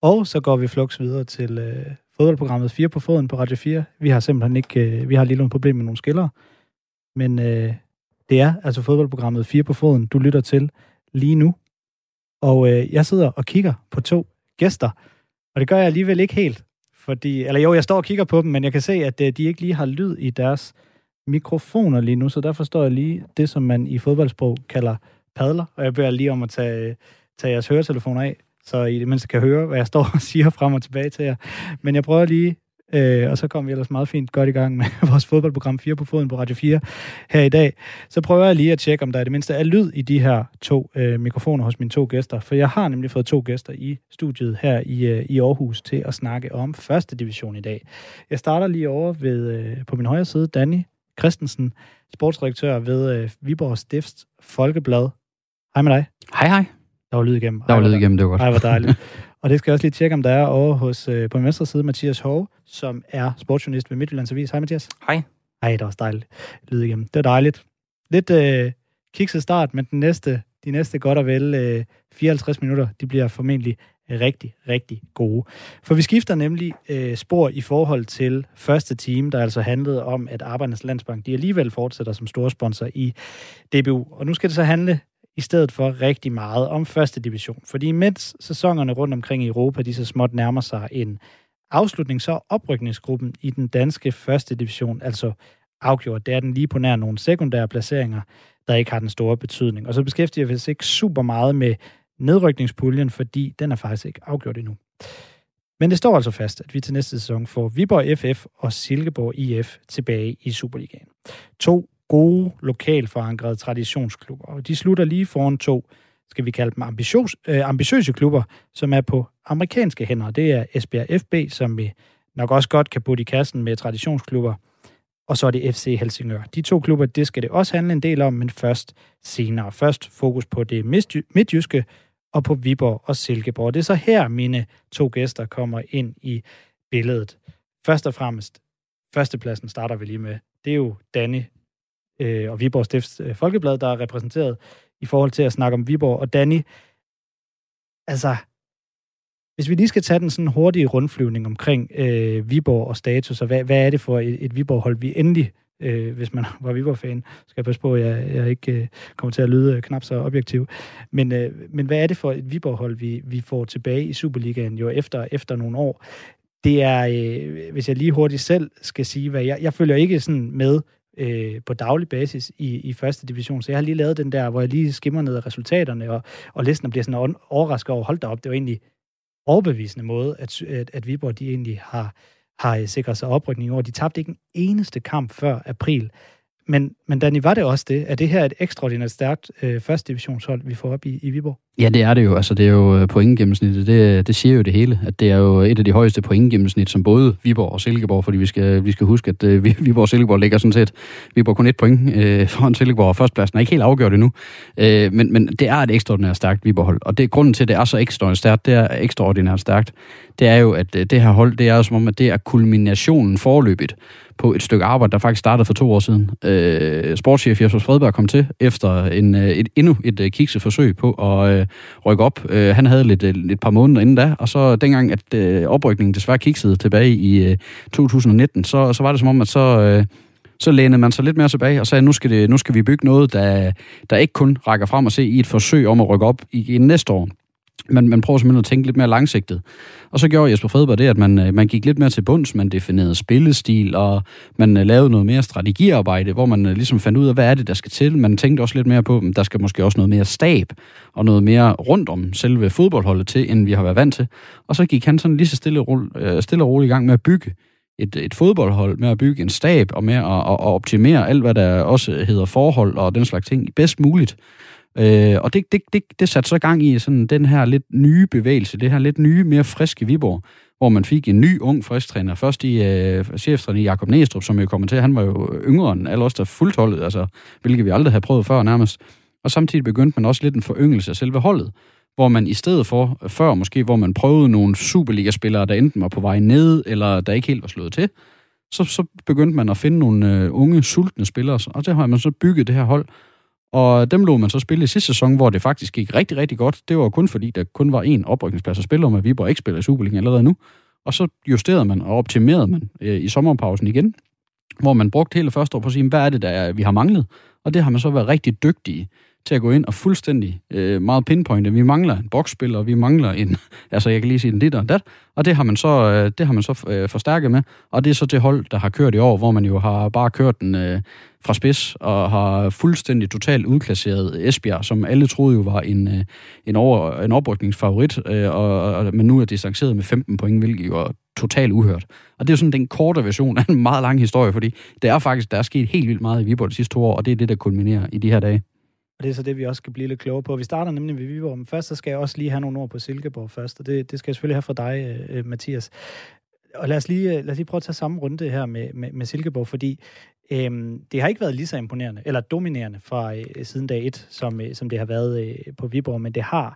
Og så går vi flux videre til fodboldprogrammet 4 på foden på Radio 4. Vi har simpelthen ikke, vi har lige nogle problemer med nogle skillere, men det er altså fodboldprogrammet 4 på foden, du lytter til lige nu. Og jeg sidder og kigger på 2 gæster, og det gør jeg alligevel ikke helt. Jeg står og kigger på dem, men jeg kan se, at de ikke lige har lyd i deres mikrofoner lige nu, så derfor står jeg lige det, som man i fodboldsprog kalder padler, og jeg beder lige om at tage jeres høretelefoner af, så I det mindste kan høre, hvad jeg står og siger frem og tilbage til jer. Men jeg prøver lige, og så kommer vi ellers meget fint godt i gang med vores fodboldprogram 4 på foden på Radio 4 her i dag. Så prøver jeg lige at tjekke, om der i det mindste er lyd i de her 2 mikrofoner hos mine 2 gæster, for jeg har nemlig fået 2 gæster i studiet her i Aarhus til at snakke om første division i dag. Jeg starter lige over på min højre side, Danny Christensen, sportsdirektør ved Viborg Stifts Folkeblad. Hej med dig. Hej. Der var lyd igennem. Det var godt. Ej, hvor dejligt. Og det skal jeg også lige tjekke, om der er over på min venstre side, Mathias Hove, som er sportsjournalist ved Midtjyllands Avis. Hej, Mathias. Hej. Ej, det var også dejligt. Lyd igennem. Det var dejligt. Lidt kikset start, men de næste godt og vel 54 minutter, de bliver formentlig rigtig, rigtig gode. For vi skifter nemlig spor i forhold til første team, der altså handlede om, at Arbejdernes Landsbank, de alligevel fortsætter som store sponsor i DBU. Og nu skal det så handle i stedet for rigtig meget om første division. Fordi mens sæsonerne rundt omkring i Europa, de så småt nærmer sig en afslutning, så er oprykningsgruppen i den danske første division altså afgjort. Det er den lige på nær nogle sekundære placeringer, der ikke har den store betydning. Og så beskæftiger vi os ikke super meget med nedrykningspuljen, fordi den er faktisk ikke afgjort endnu. Men det står altså fast, at vi til næste sæson får Viborg FF og Silkeborg IF tilbage i Superligaen. 2 gode, lokalt forankrede traditionsklubber, og de slutter lige foran 2, skal vi kalde dem ambitiøse klubber, som er på amerikanske hænder. Det er Esbjerg FB, som vi nok også godt kan putte i kassen med traditionsklubber, og så er det FC Helsingør. De 2 klubber, det skal det også handle en del om, men først senere. Først fokus på det midtjyske og på Viborg og Silkeborg. Det er så her, mine 2 gæster kommer ind i billedet. Først og fremmest, førstepladsen starter vi lige med. Det er jo Danny og Viborg Stifts Folkeblad, der er repræsenteret i forhold til at snakke om Viborg. Og Danny, altså, hvis vi lige skal tage den sådan hurtige rundflyvning omkring Viborg og status, og hvad er det for et Viborg-hold, vi endelig, hvis man var Viborg-fan, skal jeg passe på, at jeg ikke kommer til at lyde knap så objektiv, men hvad er det for et Viborg-hold, vi får tilbage i Superligaen jo efter nogle år? Det er, hvis jeg lige hurtigt selv skal sige, hvad jeg følger ikke sådan med på daglig basis i første division, så jeg har lige lavet den der, hvor jeg lige skimmer ned af resultaterne, og listen bliver sådan overrasket over, hold da op, det var egentlig overbevisende måde, at Viborg de egentlig har sikret sig oprykning i år. De tabte ikke en eneste kamp før april. Men Danny, var det også det? Er det her et ekstraordinært stærkt første divisionshold, vi får op i Viborg? Ja, det er det jo. Altså, det er jo pointgennemsnittet. Det siger jo det hele. At det er jo et af de højeste pointgennemsnit, som både Viborg og Silkeborg, fordi vi skal huske, at Viborg og Silkeborg ligger sådan set. Viborg kun 1 point foran Silkeborg, og førstepladsen er ikke helt afgjort endnu. Men det er et ekstraordinært stærkt Viborg-hold. Og det er grunden til, at det er så ekstraordinært stærkt. Det er jo, at det her hold, det er jo som om, at det er kulminationen forløbigt på et stykke arbejde, der faktisk startede for 2 år siden. Sportschef Jesper Fredberg kom til efter endnu et kikseforsøg på at rykke op. Han havde et par måneder inden da, og så dengang, at oprykningen desværre kiksede tilbage i 2019, så var det som om, at så lænede man sig lidt mere tilbage og sagde, nu skal vi bygge noget, der ikke kun rækker frem og se i et forsøg om at rykke op i næste år. Man prøver simpelthen at tænke lidt mere langsigtet. Og så gjorde Jesper Fredberg det, at man gik lidt mere til bunds, man definerede spillestil, og man lavede noget mere strategiarbejde, hvor man ligesom fandt ud af, hvad er det, der skal til. Man tænkte også lidt mere på, at der skal måske også noget mere stab, og noget mere rundt om selve fodboldholdet til, end vi har været vant til. Og så gik han sådan lige så stille og roligt i gang med at bygge et fodboldhold, med at bygge en stab, og med at optimere alt, hvad der også hedder forhold og den slags ting, bedst muligt. Og det satte så gang i sådan den her lidt nye bevægelse, det her lidt nye, mere friske Viborg, hvor man fik en ny, ung, frisk træner. Først i cheftræner Jakob Næstrup, som jo kommer til, han var jo yngre end alle os, der fuldt holdet, altså, hvilket vi aldrig havde prøvet før nærmest. Og samtidig begyndte man også lidt en foryngelse af selve holdet, hvor man i stedet for, før måske, hvor man prøvede nogle Superliga-spillere, der enten var på vej ned, eller der ikke helt var slået til, så begyndte man at finde nogle unge, sultne spillere, og det har man så bygget det her hold. Og dem lod man så spille i sidste sæson, hvor det faktisk gik rigtig, rigtig godt. Det var kun fordi, der kun var én oprykningsplads at spille om, at Viborg ikke spiller i Superligaen allerede nu. Og så justerede man og optimerede man i sommerpausen igen, hvor man brugte hele første år på at sige, hvad er det, vi har manglet? Og det har man så været rigtig dygtige til at gå ind og fuldstændig meget pinpointe. Vi mangler en boksspiller, og vi mangler en, altså jeg kan lige sige en dit og dat, og det har man så forstærket med, og det er så det hold, der har kørt i år, hvor man jo har bare kørt den fra spids, og har fuldstændig totalt udklasseret Esbjerg, som alle troede jo var en oprykningsfavorit, men nu er distanceret med 15 point, hvilket jo er totalt uhørt. Og det er jo sådan den korte version af en meget lang historie, fordi det er faktisk, der er sket helt vildt meget i Viborg de sidste 2 år, og det er det, der kulminerer i de her dage. Og det er så det, vi også skal blive lidt klogere på. Vi starter nemlig ved Viborg, men først så skal jeg også lige have nogle ord på Silkeborg først, og det skal jeg selvfølgelig have fra dig, Mathias. Og lad os lige prøve at tage samme runde her med Silkeborg, fordi det har ikke været lige så imponerende, eller dominerende fra siden dag 1, som det har været på Viborg, men det har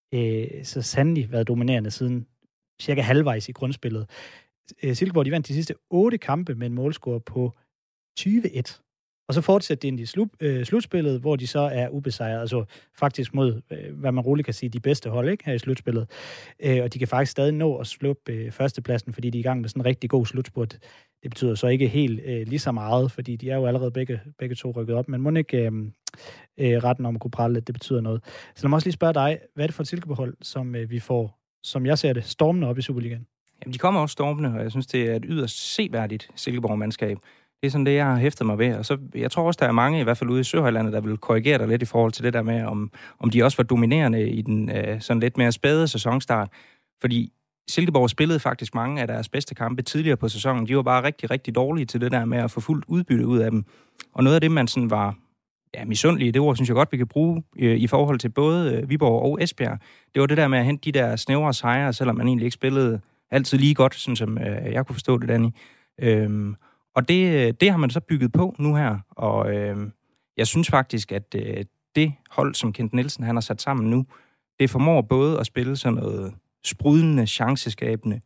så sandelig været dominerende siden cirka halvvejs i grundspillet. Silkeborg, de vandt de sidste 8 kampe med en målscore på 20-1. Og så fortsætter det ind i slutspillet, hvor de så er ubesejret, altså faktisk mod, hvad man roligt kan sige, de bedste hold, ikke, her i slutspillet. Og de kan faktisk stadig nå at sluppe førstepladsen, fordi de er i gang med sådan en rigtig god slutspurt. Det betyder så ikke helt lige så meget, fordi de er jo allerede begge to rykket op, men må ikke retten om at kunne prale, det betyder noget. Så lad mig også lige spørge dig, hvad er det for et Silkeborg-hold, som vi får, som jeg ser det, stormende op i Superligaen? Jamen, de kommer også stormende, og jeg synes, det er et yderst seværdigt Silkeborg-mandskab. Det er sådan det, jeg har hæftet mig ved. Og så, jeg tror også, der er mange, i hvert fald ude i Søhøjlandet, der vil korrigere dig lidt i forhold til det der med, om de også var dominerende i den sådan lidt mere spæde sæsonstart. Fordi Silkeborg spillede faktisk mange af deres bedste kampe tidligere på sæsonen. De var bare rigtig, rigtig dårlige til det der med at få fuldt udbytte ud af dem. Og noget af det, man sådan var misundelige, det ord, synes jeg godt, vi kan bruge i forhold til både Viborg og Esbjerg. Det var det der med at hente de der snævre sejre, selvom man egentlig ikke spillede altid lige godt, sådan som jeg kunne forstå det, Danny. Og det har man så bygget på nu her, og jeg synes faktisk, at det hold, som Kent Nielsen han har sat sammen nu, det formår både at spille sådan noget sprudlende, chanceskabende,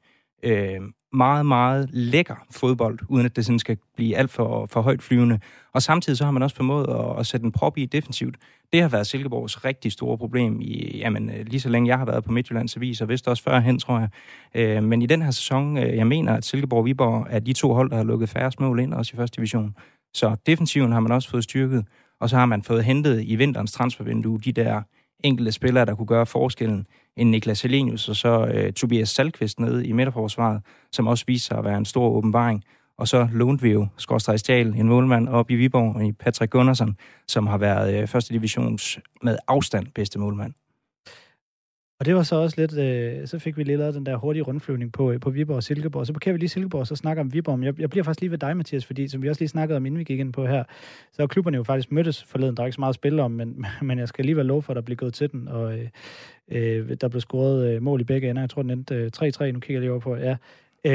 meget, meget lækker fodbold, uden at det sådan skal blive alt for højt flyvende. Og samtidig så har man også formået at sætte en prop i defensivt. Det har været Silkeborgs rigtig store problem lige så længe jeg har været på Midtjyllands Avis, og vist også førhen, tror jeg. Men i den her sæson, jeg mener, at Silkeborg og Viborg er de 2 hold, der har lukket færrest mål ind, også i første division. Så defensiven har man også fået styrket, og så har man fået hentet i vinterens transfervindue de der enkelte spillere, der kunne gøre forskellen. En Niklas Helenius og så Tobias Salkvist nede i midterforsvaret, som også viser sig at være en stor åbenbaring. Og så lånte vi jo Stjal, en målmand op i Viborg, og i Patrick Gunnarsson, som har været første divisions med afstand bedste målmand. Og det var så også lidt, så fik vi lige lavet den der hurtige rundflyvning på Viborg og Silkeborg. Så parkerer vi lige Silkeborg, og så snakker om Viborg. Men jeg bliver faktisk lige ved dig, Mathias, fordi som vi også lige snakkede om, inden vi gik ind på her, så har klubberne jo faktisk mødtes forleden. Der er ikke så meget at spille om, men jeg skal alligevel love for, at der bliver gået til den, og der blev scoret mål i begge ender. Jeg tror, den endte 3-3, nu kigger jeg lige over på, ja.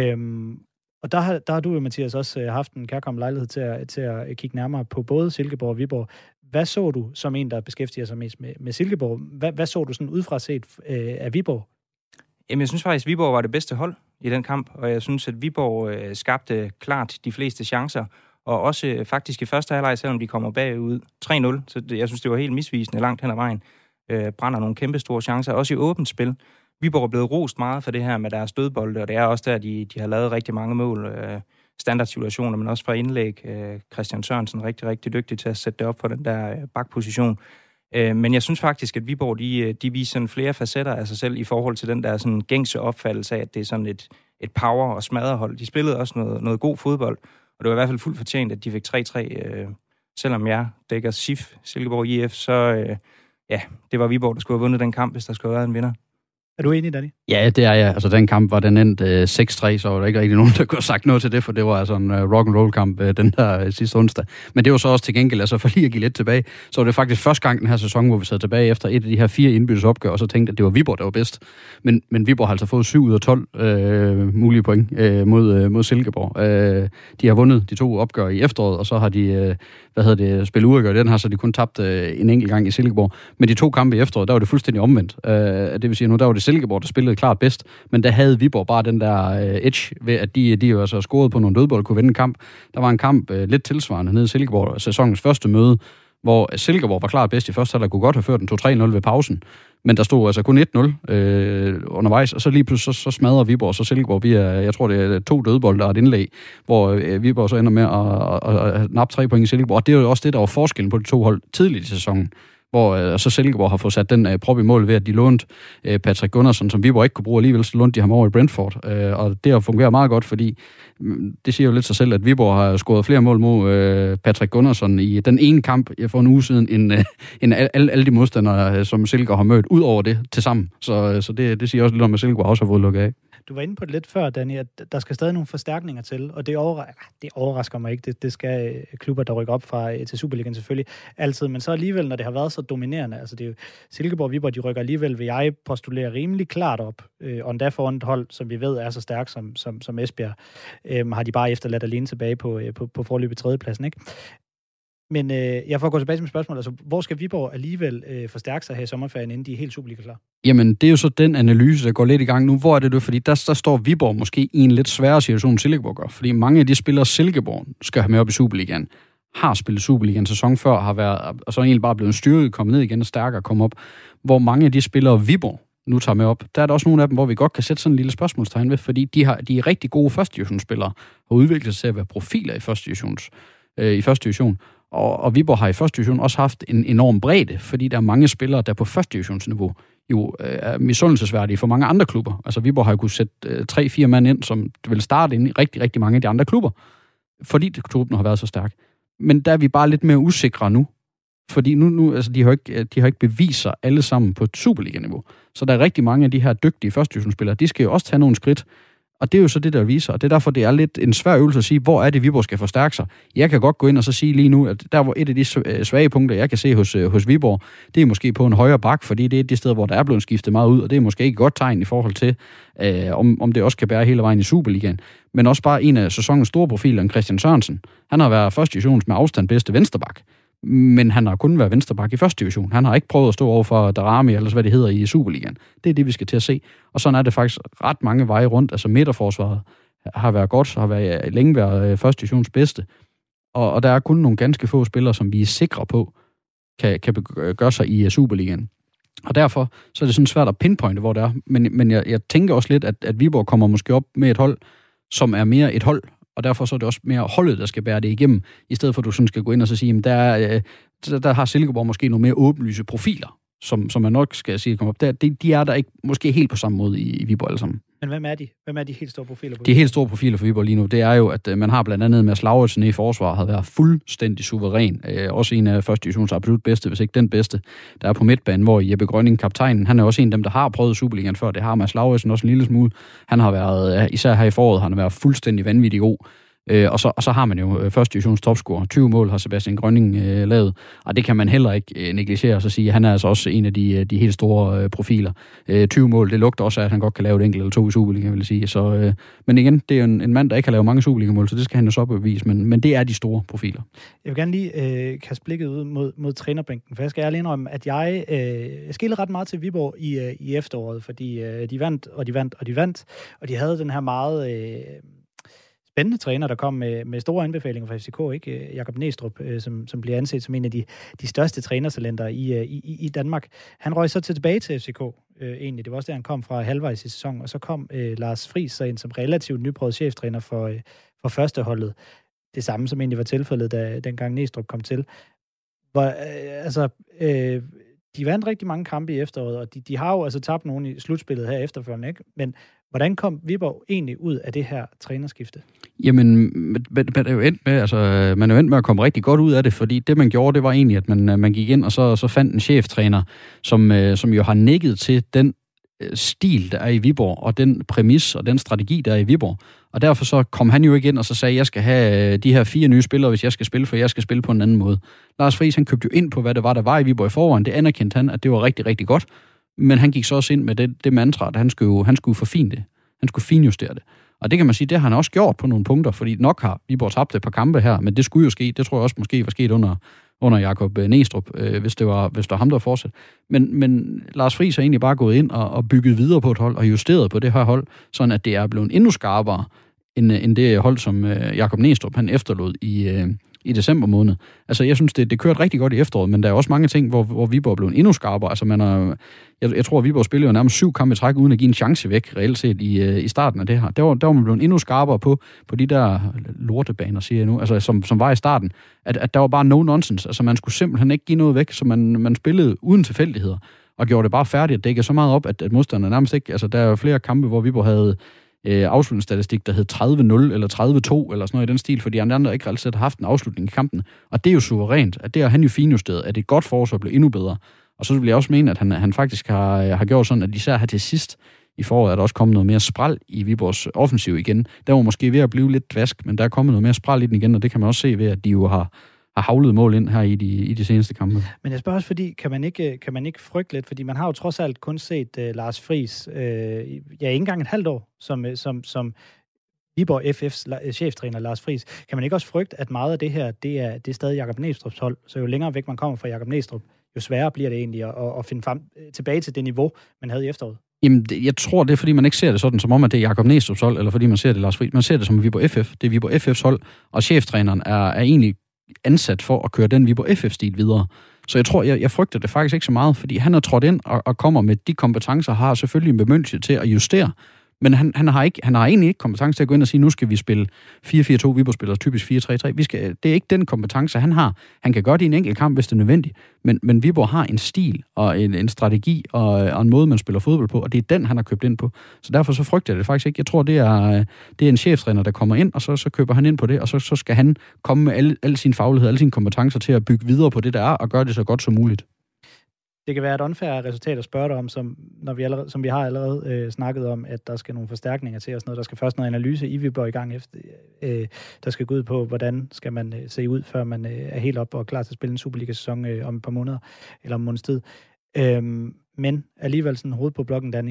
Og der har du jo, Mathias, også haft en kærkommen lejlighed til at kigge nærmere på både Silkeborg og Viborg. Hvad så du som en, der beskæftiger sig mest med Silkeborg? Hvad så du sådan udefra set af Viborg? Jamen, jeg synes faktisk, at Viborg var det bedste hold i den kamp, og jeg synes, at Viborg skabte klart de fleste chancer, og også faktisk i første halvleg, selvom de kommer bagud 3-0, så jeg synes, det var helt misvisende langt hen ad vejen, brænder nogle kæmpe store chancer, også i åbent spil. Viborg er blevet rost meget for det her med deres dødbolde, og det er også der, de har lavet rigtig mange mål, standardsituationer, men også fra indlæg. Christian Sørensen er rigtig, rigtig dygtig til at sætte det op for den der bakposition. Men jeg synes faktisk, at Viborg, de viser sådan flere facetter af sig selv i forhold til den der sådan gængse opfattelse af, at det er sådan et power- og smadrehold. De spillede også noget god fodbold, og det var i hvert fald fuldt fortjent, at de fik 3-3. Selvom jeg dækker SIF, Silkeborg IF, så det var Viborg, der skulle have vundet den kamp, hvis der skulle have været en vinder. Er du enig, Danny? Ja, det er jeg. Altså, den kamp var den endt 6-3, så var der ikke rigtig nogen, der kunne have sagt noget til det, for det var altså en rock-and-roll-kamp den der sidste onsdag. Men det var så også til gengæld, altså for lige at give lidt tilbage, så var det faktisk første gang den her sæson, hvor vi sad tilbage efter et af de her 4 indbyrdes opgør, og så tænkte, at det var Viborg, der var bedst. Men Viborg har altså fået 7 ud af 12 mulige point mod Silkeborg. De har vundet de 2 opgør i efteråret, og så har de spillet uafgjort den her, så de kun tabt en enkelt gang i Silkeborg. Men de 2 kampe i efteråret, der var det fuldstændig omvendt. Det vil sige, nu der var det Silkeborg, der spillede klart bedst, men der havde Viborg bare den der edge ved, at de jo altså scorede på nogle dødbold, kunne vinde en kamp. Der var en kamp lidt tilsvarende nede i Silkeborg, sæsonens første møde, hvor Silkeborg var klart bedst i første halvleg, kunne godt have ført den 2-3-0 ved pausen, men der stod altså kun 1-0 undervejs, og så lige pludselig så smadrer Viborg, så Silkeborg via, jeg tror det er 2 dødbolde og et indlæg, hvor Viborg så ender med at nappe 3 point i Silkeborg, og det er jo også det, der var forskellen på de 2 hold tidligt i sæsonen, hvor så Silkeborg har fået sat den prop i mål ved, at de lånte Patrick Gunnarsson, som Viborg ikke kunne bruge alligevel, så lånte de ham over i Brentford. Og det har fungeret meget godt, fordi det siger jo lidt sig selv, at Viborg har scoret flere mål mod Patrick Gunnarsson i den ene kamp for en uge siden, end alle de modstandere, som Silkeborg har mødt, ud over det til sammen. Så det siger også lidt om, at Silkeborg også har fået lukket af. Du var inde på det lidt før, Danny, at der skal stadig nogle forstærkninger til, og det overrasker mig ikke. Det skal klubber, der rykker op til Superligaen selvfølgelig altid, men så alligevel, når det har været så dominerende, altså det er jo Silkeborg og Viborg, de rykker alligevel, vil jeg postulere rimelig klart op, og endda foran et hold, som vi ved er så stærkt som Esbjerg, har de bare efterladt alene tilbage på forløbet tredjepladsen, ikke? Men jeg får at gå tilbage til mit spørgsmål. Altså, hvor skal Viborg alligevel forstærke sig her i sommerferien, inden de er helt Superliga-klar? Jamen, det er jo så den analyse, der går lidt i gang nu. Hvor er det? Fordi der står Viborg måske i en lidt sværere situation, end Silkeborg gør. Fordi mange af de spillere, Silkeborg skal have med op i Superligaen, har spillet Superligaen sæson før, har været, og så egentlig bare blevet styrket, kommet ned igen og stærkere komme op. Hvor mange af de spillere, Viborg nu tager med op, der er der også nogle af dem, hvor vi godt kan sætte sådan en lille spørgsmålstegn ved, fordi de er rigtig gode førstedivisionsspillere og udviklet sig til at være profiler i første division. Og Viborg har i første division også haft en enorm bredde, fordi der er mange spillere, der på første divisionsniveau jo er misundelsesværdige for mange andre klubber. Altså Viborg har jo kunnet sætte 3-4 mand ind, som vil starte ind i rigtig, rigtig mange af de andre klubber, fordi klubben har været så stærk. Men der er vi bare lidt mere usikre nu, fordi nu altså de har ikke bevist sig alle sammen på et Superliga-niveau. Så der er rigtig mange af de her dygtige første divisionsspillere, de skal jo også tage nogle skridt. Og det er jo så det, der viser, og det er derfor, det er lidt en svær øvelse at sige, hvor er det, Viborg skal forstærke sig. Jeg kan godt gå ind og så sige lige nu, at der hvor et af de svage punkter, jeg kan se hos Viborg, det er måske på en højre bak, fordi det er de steder, hvor der er blevet skiftet meget ud, og det er måske ikke et godt tegn i forhold til, om det også kan bære hele vejen i Superligaen. Men også bare en af sæsonens store profiler, Christian Sørensen. Han har været første divisions med afstand bedste vensterbak. Men han har kun været vensterbak i første division. Han har ikke prøvet at stå over for Darami, eller hvad det hedder, i Superligaen. Det er det, vi skal til at se. Og sådan er det faktisk ret mange veje rundt. Altså midterforsvaret har været godt, så har længe været første divisions bedste. Og der er kun nogle ganske få spillere, som vi er sikre på, kan gøre sig i Superligaen. Og derfor så er det sådan svært at pinpointe, hvor det er. Men jeg tænker også lidt, at Viborg kommer måske op med et hold, som er mere et hold, og derfor så er det også mere holdet, der skal bære det igennem, i stedet for at du sådan skal gå ind og så sige, at der har Silkeborg måske nogle mere åbenlyse profiler, som man nok skal sige kommer op. De er der ikke måske helt på samme måde i Viborg alle sammen. Men hvem er de? Hvem er de helt store profiler på? De helt store profiler for Viborg lige nu, det er jo, at man har blandt andet Mads Lauritsen i forsvaret, har været fuldstændig suveræn. Også en af første divisions absolut bedste, hvis ikke den bedste, der er på midtbanen, hvor Jeppe Grønning, kaptajnen, han er også en af dem, der har prøvet Superligaen før. Det har Mads Lauritsen også en lille smule. Han har været, især her i foråret, han har været fuldstændig vanvittig god. Og så har man jo første divisions topscorer. 20 mål har Sebastian Grønning lavet, og det kan man heller ikke negligere og så sige. Han er altså også en af de helt store profiler. 20 mål, det lugter også af, at han godt kan lave et enkelt eller 2 i Superligaen, vil jeg sige. Så, men igen, det er en mand, der ikke kan lave mange Superliga-mål, så det skal han jo så bevise, men det er de store profiler. Jeg vil gerne lige kaste blikket ud mod trænerbænken, for jeg skal ærlig indrømme, at jeg skillede ret meget til Viborg i efteråret, fordi de vandt, og de havde den her meget spændende træner, der kom med store anbefalinger fra FCK, ikke? Jakob Næstrup, som bliver anset som en af de største trænertalenter i Danmark. Han røg så tilbage til FCK, egentlig. Det var også der, han kom fra halvvejs i sæsonen, og så kom Lars Friis så ind som relativt nyprøvet cheftræner for førsteholdet. Det samme, som egentlig var tilfældet, dengang Næstrup kom til. De vandt rigtig mange kampe i efteråret, og de har jo altså tabt nogen i slutspillet her efterfølgende, ikke? Men hvordan kom Viborg egentlig ud af det her trænerskifte? Jamen, man er jo endt med at komme rigtig godt ud af det, fordi det, man gjorde, det var egentlig, at man gik ind og så fandt en cheftræner, som jo har nikket til den stil, der er i Viborg, og den præmis og den strategi, der er i Viborg. Og derfor så kom han jo ikke ind og så sagde, jeg skal have de her 4 nye spillere, hvis jeg skal spille, for jeg skal spille på en anden måde. Lars Friis, han købte jo ind på, hvad det var, der var i Viborg i forvejen. Det anerkendte han, at det var rigtig, rigtig godt. Men han gik så også ind med det mantra, at han skulle forfine det. Han skulle finjustere det. Og det kan man sige, det har han også gjort på nogle punkter, fordi nok har Viborg tabt et par kampe her, men det skulle jo ske. Det tror jeg også måske var sket under Jakob Næstrup, hvis det var ham, der fortsat. Men Lars Friis har egentlig bare gået ind og bygget videre på et hold, og justeret på det her hold, sådan at det er blevet endnu skarpere, end det hold, som Jakob Næstrup han efterlod i december måned. Altså, jeg synes, det kørte rigtig godt i efteråret, men der er også mange ting, hvor Viborg er blevet endnu skarpere. Altså, jeg tror, at Viborg spiller jo nærmest 7 kampe i træk, uden at give en chance væk, reelt set, i starten af det her. Der var man blevet endnu skarpere på de der lortebaner, siger jeg nu, altså, som var i starten. At der var bare no nonsense. Altså, man skulle simpelthen ikke give noget væk, så man spillede uden tilfældigheder, og gjorde det bare færdigt, at dække så meget op, at modstanderne nærmest ikke... Altså, der er jo flere kampe, hvor Viborg havde afslutningsstatistik, der hed 30-0 eller 30-2 eller sådan noget i den stil, fordi andre ikke reelt set har haft en afslutning i kampen. Og det er jo suverænt, at det har han jo finjusteret, at et godt forsvar blev endnu bedre. Og så vil jeg også mene, at han faktisk har gjort sådan, at især her til sidst i foråret er der også kommet noget mere spral i Viborgs offensiv igen. Der var måske ved at blive lidt dvask, men der er kommet noget mere spral i den igen, og det kan man også se ved, at de jo har havlet mål ind her i de seneste kampe. Men jeg spørger også, fordi kan man ikke frygte lidt, fordi man har jo trods alt kun set Lars Friis, ikke engang et halvt år, som Viborg FF's cheftræner Lars Friis. Kan man ikke også frygte, at meget af det her, det er stadig Jakob Næstrup's hold, så jo længere væk man kommer fra Jakob Næstrup, jo sværere bliver det egentlig at finde frem tilbage til det niveau, man havde i efteråret? Jamen, jeg tror, det er, fordi man ikke ser det sådan, som om, at det er Jakob Næstrup's hold, eller fordi man ser det Lars Friis. Man ser det som Viborg FF. Det er Viborg FF's hold, og cheftræneren er egentlig ansat for at køre den Viborg FF-stil videre. Så jeg tror, jeg frygter det faktisk ikke så meget, fordi han er trådt ind og kommer med de kompetencer, har selvfølgelig en bemyndigelse til at justere, men han har egentlig ikke kompetence til at gå ind og sige, nu skal vi spille 4-4-2, Viborg spiller typisk 4-3-3. Det er ikke den kompetence, han har. Han kan gøre det i en enkelt kamp, hvis det er nødvendigt, men Viborg har en stil og en strategi og en måde, man spiller fodbold på, og det er den, han har købt ind på. Så derfor så frygter jeg det faktisk ikke. Jeg tror, det er en cheftræner, der kommer ind, og så køber han ind på det, og så skal han komme med al sin faglighed, alle sine kompetencer til at bygge videre på det, der er, og gøre det så godt som muligt. Det kan være et unfair resultat at spørge dig om, som vi har allerede snakket om, at der skal nogle forstærkninger til og sådan noget. Der skal først noget analyse i Viborg i gang efter, der skal gå ud på, hvordan skal man se ud, før man er helt op og klar til at spille en Superliga-sæson om et par måneder, eller om måneds tid. Men alligevel sådan hoved på blokken, Danny.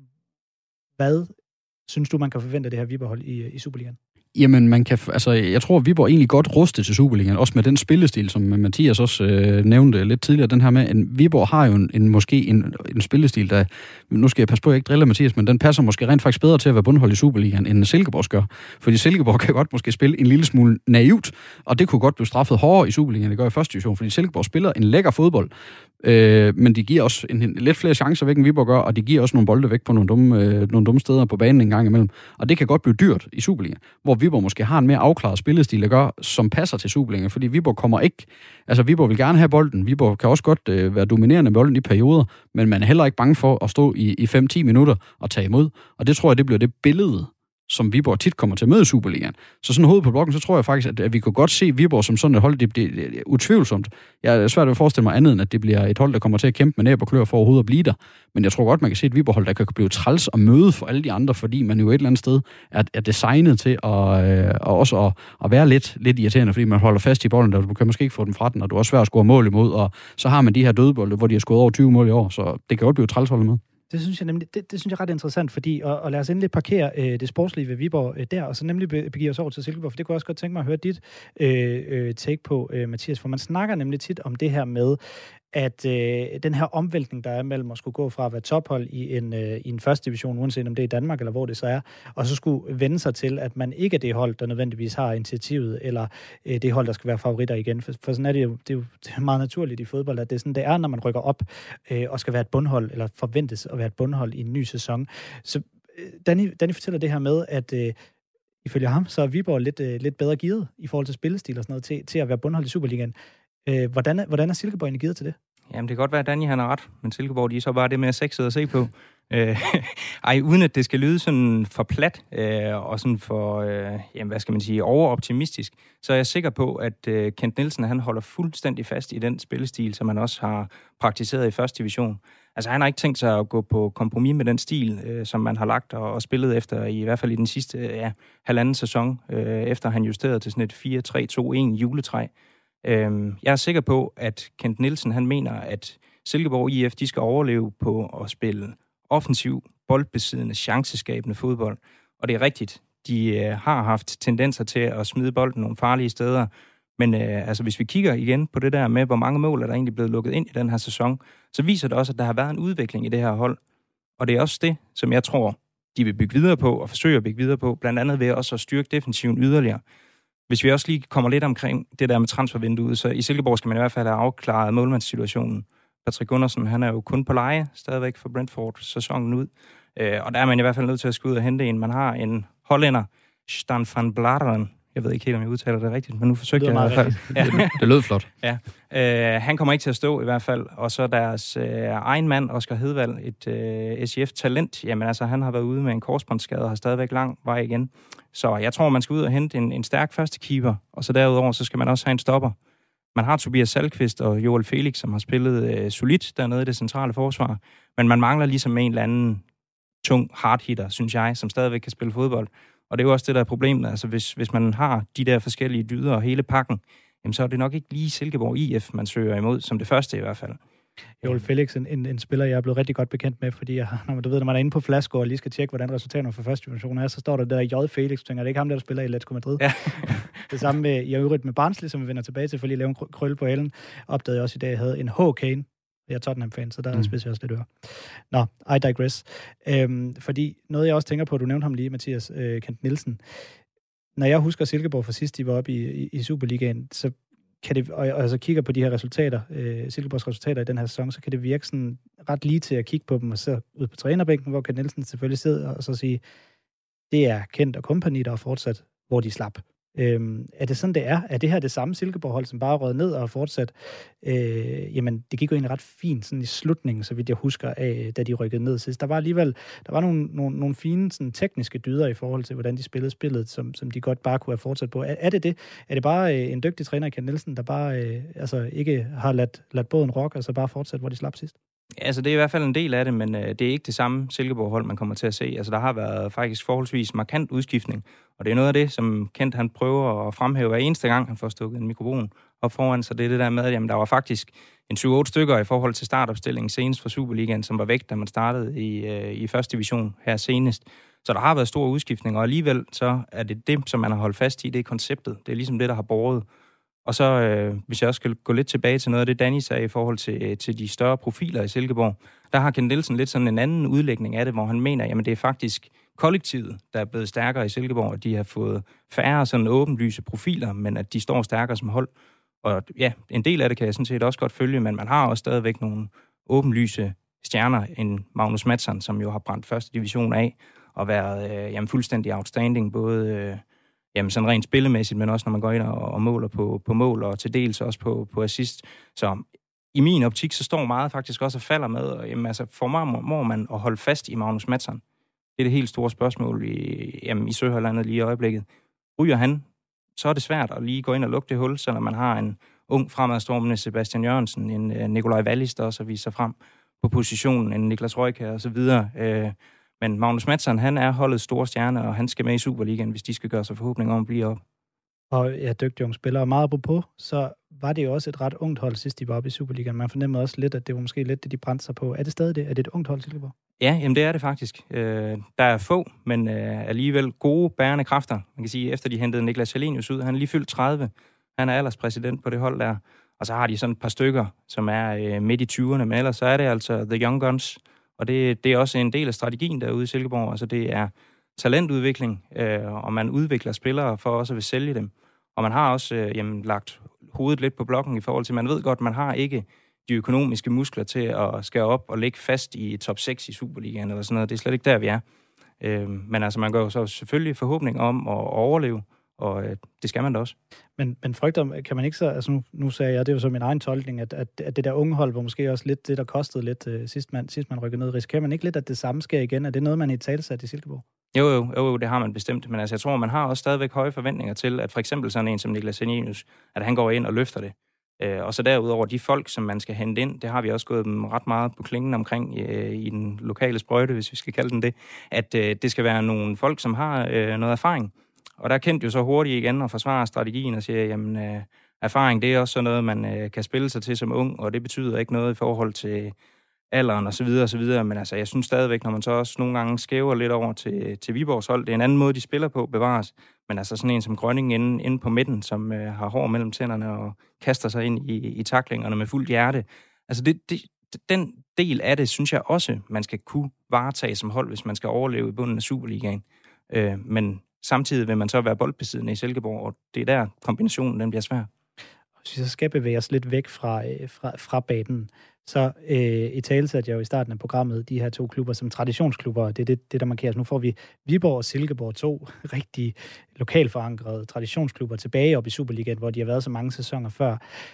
Hvad synes du, man kan forvente af det her Viborg-hold i Superligaen? Jamen, jeg tror, at Viborg er egentlig godt rustet til Superligaen, også med den spillestil, som Mathias også nævnte lidt tidligere, den her med, at Viborg har jo måske en spillestil, der, nu skal jeg passe på, at jeg ikke driller Mathias, men den passer måske rent faktisk bedre til at være bundhold i Superligaen, end Silkeborg gør. Fordi Silkeborg kan godt måske spille en lille smule naivt, og det kunne godt blive straffet hårdere i Superligaen, end det gør i første division, fordi Silkeborg spiller en lækker fodbold, men de giver også lidt flere chancer væk, end Viborg gør, og de giver også nogle bolde væk på nogle dumme steder på banen en gang imellem. Og det kan godt blive dyrt i Superligaen, hvor Viborg måske har en mere afklaret spillestil, der gør, som passer til Superligaen, fordi Viborg kommer ikke... Altså, Viborg vil gerne have bolden. Viborg kan også godt være dominerende med bolden i perioder, men man er heller ikke bange for at stå i 5-10 minutter og tage imod. Og det tror jeg, det bliver det billede, som Viborg tit kommer til at møde i Superligaen. Så sådan hovedet på blokken, så tror jeg faktisk, at vi kunne godt se Viborg som sådan et hold, det bliver utvivlsomt. Jeg er svært ved at forestille mig andet, end at det bliver et hold, der kommer til at kæmpe med næb og klør for overhovedet at blive der. Men jeg tror godt, man kan se et Viborg-hold, der kan blive træls og møde for alle de andre, fordi man jo et eller andet sted er designet til at være lidt irriterende, fordi man holder fast i bolden, der du kan måske ikke få den fra den, og du er også svært at score mål imod, og så har man de her dødbolde, hvor de har scoret over 20 mål i år, så det kan godt blive træls holdet med. Det synes jeg nemlig, det synes jeg er ret interessant, fordi, og lad os endelig parkere det sportslige ved Viborg der, og så nemlig begive os over til Silkeborg, for det kunne jeg også godt tænke mig at høre dit take på, Mathias, for man snakker nemlig tit om det her med, at den her omvæltning, der er mellem at skulle gå fra at være tophold i en første division, uanset om det er i Danmark, eller hvor det så er, og så skulle vende sig til, at man ikke er det hold, der nødvendigvis har initiativet, eller det hold, der skal være favoritter igen. For sådan er det jo, det er meget naturligt i fodbold, at det er sådan, det er, når man rykker op og skal være et bundhold, eller forventes at være et bundhold i en ny sæson. Så Danny fortæller det her med, at ifølge ham, så er Viborg lidt bedre gearet i forhold til spillestil og sådan noget, til at være bundhold i Superligaen. Hvordan er Silkeborg egentlig gearet til det? Jamen, det kan godt være, at Danny han har ret, men Silkeborg, de er så bare det med at sexet at se på. Uden at det skal lyde sådan for plat og sådan for, hvad skal man sige, overoptimistisk, så er jeg sikker på, at Kent Nielsen, han holder fuldstændig fast i den spillestil, som han også har praktiseret i første division. Altså, han har ikke tænkt sig at gå på kompromis med den stil, som man har lagt og spillet efter, i hvert fald i den sidste halvanden sæson, efter han justerede til sådan et 4-3-2-1 juletræ. Jeg er sikker på, at Kent Nielsen, han mener, at Silkeborg IF, de skal overleve på at spille offensiv, boldbesiddende, chanceskabende fodbold. Og det er rigtigt, de har haft tendenser til at smide bolden nogle farlige steder. Men hvis vi kigger igen på det der med, hvor mange mål er der egentlig blevet lukket ind i den her sæson, så viser det også, at der har været en udvikling i det her hold. Og det er også det, som jeg tror, de vil bygge videre på og forsøge at bygge videre på, blandt andet ved også at styrke defensiven yderligere. Hvis vi også lige kommer lidt omkring det der med transfervinduet, så i Silkeborg skal man i hvert fald have afklaret målmandssituationen. Patrick Gundersen, han er jo kun på leje stadigvæk for Brentford sæsonen ud. Og der er man i hvert fald nødt til at skulle ud og hente en. Man har en hollænder, Stan van Bladeren. Jeg ved ikke helt, om jeg udtaler det rigtigt, men nu forsøgte jeg i hvert fald. Ja. Det lød flot. Ja. Han kommer ikke til at stå i hvert fald. Og så deres egen mand, Oscar Hedvald, et SIF-talent. Jamen altså, han har været ude med en korsbåndsskade og har stadigvæk lang vej igen. Så jeg tror, man skal ud og hente en stærk første keeper. Og så derudover, så skal man også have en stopper. Man har Tobias Salkvist og Joel Felix, som har spillet solidt dernede i det centrale forsvar. Men man mangler ligesom en eller anden tung hardhitter, synes jeg, som stadigvæk kan spille fodbold. Og det er jo også det, der er problemet. Altså, hvis man har de der forskellige dyder og hele pakken, jamen, så er det nok ikke lige Silkeborg IF, man søger imod, som det første i hvert fald. Joel Felix, en spiller, jeg er blevet rigtig godt bekendt med, fordi når man er inde på Flasko og lige skal tjekke, hvordan resultaterne for første division er, så står der J. Felix, tænker, det er ikke ham, der spiller i Atletico Madrid. Ja. Det samme med, i øvrigt med Barnsley, som vi vender tilbage til, for lige at lave en krølle på hælden, opdagede jeg også i dag, at jeg havde en H. Kane. Jeg er Tottenham-fan, så der er spids jeg også lidt øre. Nå, I digress. Fordi noget, jeg også tænker på, du nævnte ham lige, Mathias Kent Nielsen. Når jeg husker Silkeborg fra sidst, de var oppe i Superligaen, så kan det, og så kigger på de her resultater, Silkeborgs resultater i den her sæson, så kan det virke sådan ret lige til at kigge på dem og så ud på trænerbænken, hvor Kent Nielsen selvfølgelig sidder og så sige, det er Kent og kompagni, der er fortsat, hvor de slap. Er det sådan, det er? Er det her det samme Silkeborg-hold, som bare rød ned og fortsat? Jamen, det gik jo egentlig ret fint sådan i slutningen, så vidt jeg husker af, da de rykkede ned sidst. Der var nogle fine sådan, tekniske dyder i forhold til, hvordan de spillede spillet, som de godt bare kunne have fortsat på. Er det det? Er det bare en dygtig træner, Kent Nielsen, der bare ikke har ladt båden rokke, og så bare fortsat, hvor de slap sidst? Altså, det er i hvert fald en del af det, men det er ikke det samme Silkeborg-hold, man kommer til at se. Altså, der har været faktisk forholdsvis markant udskiftning, og det er noget af det, som Kent han prøver at fremhæve hver eneste gang, han får stukket en mikrofon op foran sig. Det er det der med, at jamen, der var faktisk en 7-8 stykker i forhold til startopstillingen senest for Superligaen, som var væk, da man startede i første division her senest. Så der har været stor udskiftning, og alligevel så er det, som man har holdt fast i, det er konceptet. Det er ligesom det, der har båret. Og så, hvis jeg også skal gå lidt tilbage til noget af det, Danny sagde i forhold til de større profiler i Silkeborg, der har Kent Nielsen lidt sådan en anden udlægning af det, hvor han mener, jamen det er faktisk kollektivet, der er blevet stærkere i Silkeborg, at de har fået færre sådan åbenlyse profiler, men at de står stærkere som hold. Og ja, en del af det kan jeg sådan set også godt følge, men man har også stadigvæk nogle åbenlyse stjerner, en Magnus Madsson, som jo har brændt første division af, og været fuldstændig outstanding, både sådan rent spillemæssigt, men også når man går ind og måler på mål, og til dels også på assist. Så i min optik, så står meget faktisk også og falder med, og formår man at holde fast i Magnus Madsson? Det er det helt store spørgsmål i Søhøjlandet lige i øjeblikket. Ryger han, så er det svært at lige gå ind og lukke det hul, så når man har en ung fremadstormende Sebastian Jørgensen, en Nikolaj Wallis, der også viser sig frem på positionen, en Niklas Røjkær og så videre. Men Magnus Madsson, han er holdets store stjerne, og han skal med i Superligaen, hvis de skal gøre sig forhåbninger om at blive op. Og ja, dygtig unge spiller. Og meget apropos, så var det jo også et ret ungt hold, sidst de var oppe i Superligaen. Man fornemmede også lidt, at det var måske lidt det, de brændte sig på. Er det stadig det? Er det et ungt hold, Silkeborg? Ja, jamen det er det faktisk. Der er få, men alligevel gode, bærende kræfter. Man kan sige, efter de hentede Niklas Helenius ud, han er lige fyldt 30. Han er alderspræsident på det hold der. Og så har de sådan et par stykker, som er midt i 20'erne, men ellers så er det altså The Young Guns. Og det er også en del af strategien derude i Silkeborg. Altså det er talentudvikling, og man udvikler spillere for også at vil sælge dem. Og man har også lagt hovedet lidt på blokken i forhold til, man ved godt, man har ikke de økonomiske muskler til at skære op og ligge fast i top 6 i Superligaen eller sådan noget. Det er slet ikke der, vi er. Men altså, man gør jo så selvfølgelig forhåbning om at overleve, og det skal man da også. Men frygter, kan man ikke så, altså nu sagde jeg, det er jo så min egen tolkning, at det der unge hold var måske også lidt det, der kostede lidt sidst man rykkede ned. Risikerer man ikke lidt, at det samme sker igen? Er det noget, man i talsat i Silkeborg? Jo, det har man bestemt. Men altså, jeg tror, man har også stadigvæk høje forventninger til, at for eksempel sådan en som Niklas Helenius, at han går ind og løfter det. Og så derudover de folk, som man skal hente ind, det har vi også gået dem ret meget på klingen omkring i den lokale sprøjte, hvis vi skal kalde den det, at det skal være nogle folk, som har noget erfaring. Og der kendte jo så hurtigt igen at forsvare strategien og siger, jamen erfaring, det er også sådan noget, man kan spille sig til som ung, og det betyder ikke noget i forhold til alderen og så videre, men altså, jeg synes stadigvæk, når man så også nogle gange skæver lidt over til Viborgs hold, det er en anden måde, de spiller på, bevares, men altså sådan en som Grønning inde på midten, som har hår mellem tænderne og kaster sig ind i taklingerne med fuldt hjerte. Altså den del af det, synes jeg også, man skal kunne varetage som hold, hvis man skal overleve i bunden af Superligaen. Men samtidig vil man så være boldbesiddende i Silkeborg, og det er der kombinationen den bliver svær. Hvis vi så skal bevæge os lidt væk fra banen, så i tale satte jeg jo i starten af programmet de her 2 klubber som traditionsklubber, det er det, der markeres. Nu får vi Viborg og Silkeborg, 2 rigtig lokalforankrede traditionsklubber tilbage op i Superligaen, hvor de har været så mange sæsoner før.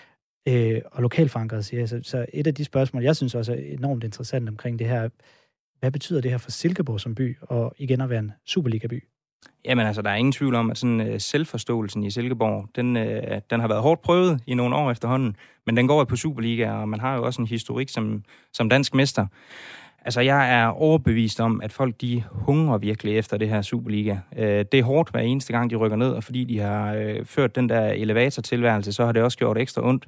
Og lokalforankrede, siger jeg. Så et af de spørgsmål, jeg synes også er enormt interessant omkring det her, hvad betyder det her for Silkeborg som by, og igen at være en Superliga-by? Jamen altså, der er ingen tvivl om, at sådan selvforståelsen i Silkeborg, den har været hårdt prøvet i nogle år efterhånden, men den går jo på Superliga, og man har jo også en historik som dansk mester. Altså, jeg er overbevist om, at folk, de hungrer virkelig efter det her Superliga. Det er hårdt hver eneste gang, de rykker ned, og fordi de har ført den der elevatortilværelse, så har det også gjort ekstra ondt.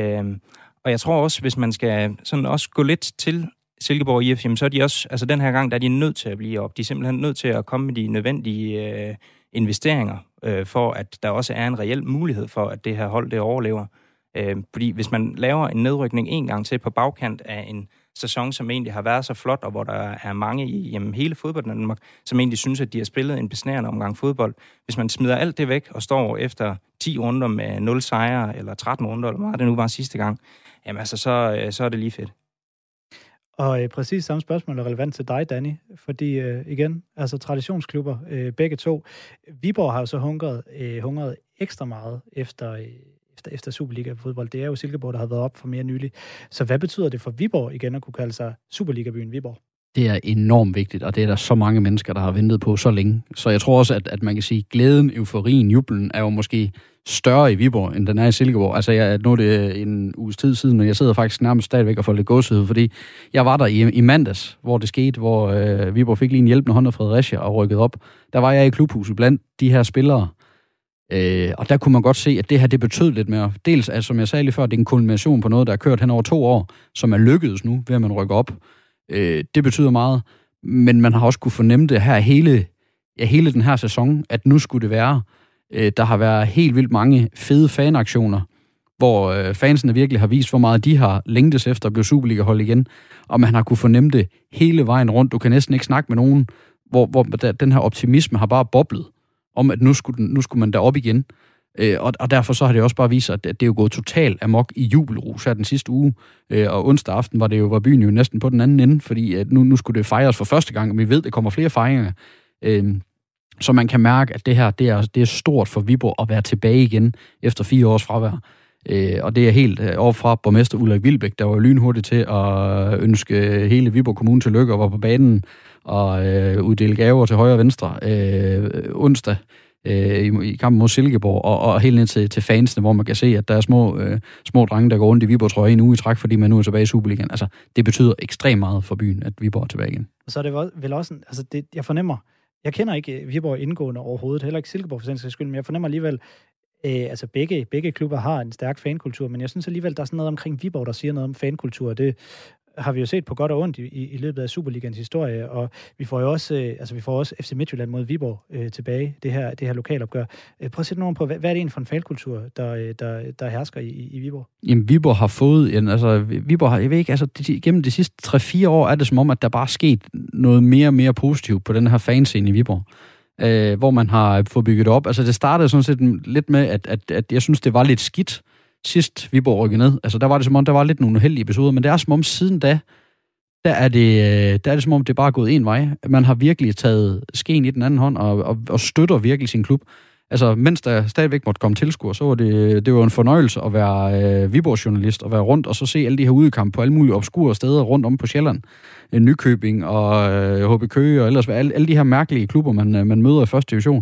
Og jeg tror også, hvis man skal sådan også gå lidt til Silkeborg IF, jamen så er de også, altså den her gang, der er de nødt til at blive op. De er simpelthen nødt til at komme med de nødvendige investeringer, for at der også er en reel mulighed for, at det her hold, det overlever. Fordi hvis man laver en nedrykning en gang til på bagkant af en sæson, som egentlig har været så flot, og hvor der er mange i hele fodbolden i Danmark, som egentlig synes, at de har spillet en besnærende omgang fodbold. Hvis man smider alt det væk og står efter 10 runder med 0 sejre, eller 13 runder, eller hvad det nu var sidste gang, jamen altså, så er det lige fedt. Og præcis samme spørgsmål er relevant til dig, Danny, fordi igen, altså traditionsklubber, begge 2. Viborg har jo så hungret ekstra meget efter Superliga-fodbold. Det er jo Silkeborg, der har været op for mere nylig. Så hvad betyder det for Viborg igen at kunne kalde sig Superliga-byen Viborg? Det er enormt vigtigt, og det er der så mange mennesker, der har ventet på så længe. Så jeg tror også, at man kan sige, at glæden, euforien, jublen er jo måske større i Viborg, end den er i Silkeborg. Altså, nu er det en uges tid siden, men jeg sidder faktisk nærmest stadigvæk og får lidt gåsehud, fordi jeg var der i mandags, hvor det skete, hvor Viborg fik lige en hjælpende hånd af Fredericia og rykkede op. Der var jeg i klubhuset blandt de her spillere, og der kunne man godt se, at det her, det betød lidt mere. Dels, altså, som jeg sagde lige før, det er en kulmination på noget, der er kørt hen over 2 år, som er lykkedes nu, ved at man rykker op. Det betyder meget, men man har også kunne fornemme det her hele den her sæson, at nu skulle det være. Der har været helt vildt mange fede fanaktioner, hvor fansene virkelig har vist, hvor meget de har længtes efter at blive Superliga-hold igen, og man har kunne fornemme det hele vejen rundt. Du kan næsten ikke snakke med nogen, hvor den her optimisme har bare boblet, om at nu skulle man derop igen. Og derfor så har det også bare vist sig, at det er jo gået totalt amok i jubelrus her den sidste uge. Og onsdag aften var byen jo næsten på den anden ende, fordi at nu skulle det fejres for første gang, og vi ved, at der kommer flere fejringer. Så man kan mærke, at det her, det er stort for Viborg at være tilbage igen efter 4 års fravær. Og det er helt overfra borgmester Ulrik Wilbæk, der var lynhurtig til at ønske hele Viborg Kommune til lykke og var på banen og uddele gaver til højre og venstre onsdag i kampen mod Silkeborg, og helt ned til fansene, hvor man kan se, at der er små drenge, der går rundt i Viborg-trøje en uge i træk, fordi man nu er tilbage i Superligaen. Altså, det betyder ekstremt meget for byen, at Viborg er tilbage igen. Og så er det vel også, altså det, jeg fornemmer, jeg kender ikke Viborg indgående overhovedet, heller ikke Silkeborg for den sags skyld, men jeg fornemmer alligevel, altså begge klubber har en stærk fankultur, men jeg synes alligevel, der er sådan noget omkring Viborg, der siger noget om fankultur. Det har vi jo set på godt og ondt i løbet af Superligans historie, og vi får jo også, FC Midtjylland mod Viborg tilbage, det her lokalopgør. Prøv at sætte nogen på, hvad er det egentlig for en fankultur, der hersker i Viborg? Jamen, Viborg har fået, Viborg har, jeg ved ikke, altså gennem de sidste 3-4 år er det som om, at der bare er sket noget mere og mere positivt på den her fanscene i Viborg. Hvor man har fået bygget op. Altså det startede sådan set lidt med, at jeg synes, det var lidt skidt sidst Viborg rykkede ned. Altså der var det som om, der var lidt nogle uheldige episoder, men det er som om siden da, der er det som om, det bare er gået en vej. Man har virkelig taget skeen i den anden hånd og støtter virkelig sin klub. Altså mens der stadigvæk måtte komme tilskuere, så var det var en fornøjelse at være Viborg-journalist og være rundt og så se alle de her udekampe på alle mulige obskure steder rundt om på Sjælland. Nykøbing og HB Køge og ellers alle de her mærkelige klubber, man møder i første division.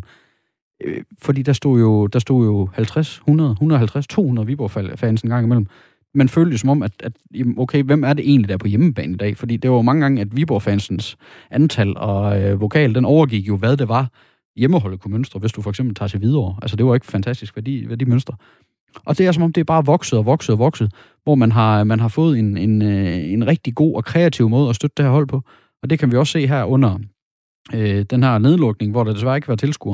Fordi der stod jo 50, 100, 150, 200 Viborg-fans en gang imellem. Man følte det som om, at okay, hvem er det egentlig, der er på hjemmebane i dag? Fordi det var jo mange gange, at Viborg-fansens antal og vokal, den overgik jo, hvad det var, hjemmeholdet kunne mønstre, hvis du for eksempel tager til Hvidovre. Altså det var ikke fantastisk, hvad de mønstre. Og det er som om, det er bare vokset, hvor man har fået en rigtig god og kreativ måde at støtte det her hold på. Og det kan vi også se her under den her nedlukning, hvor der desværre ikke var tilskuere.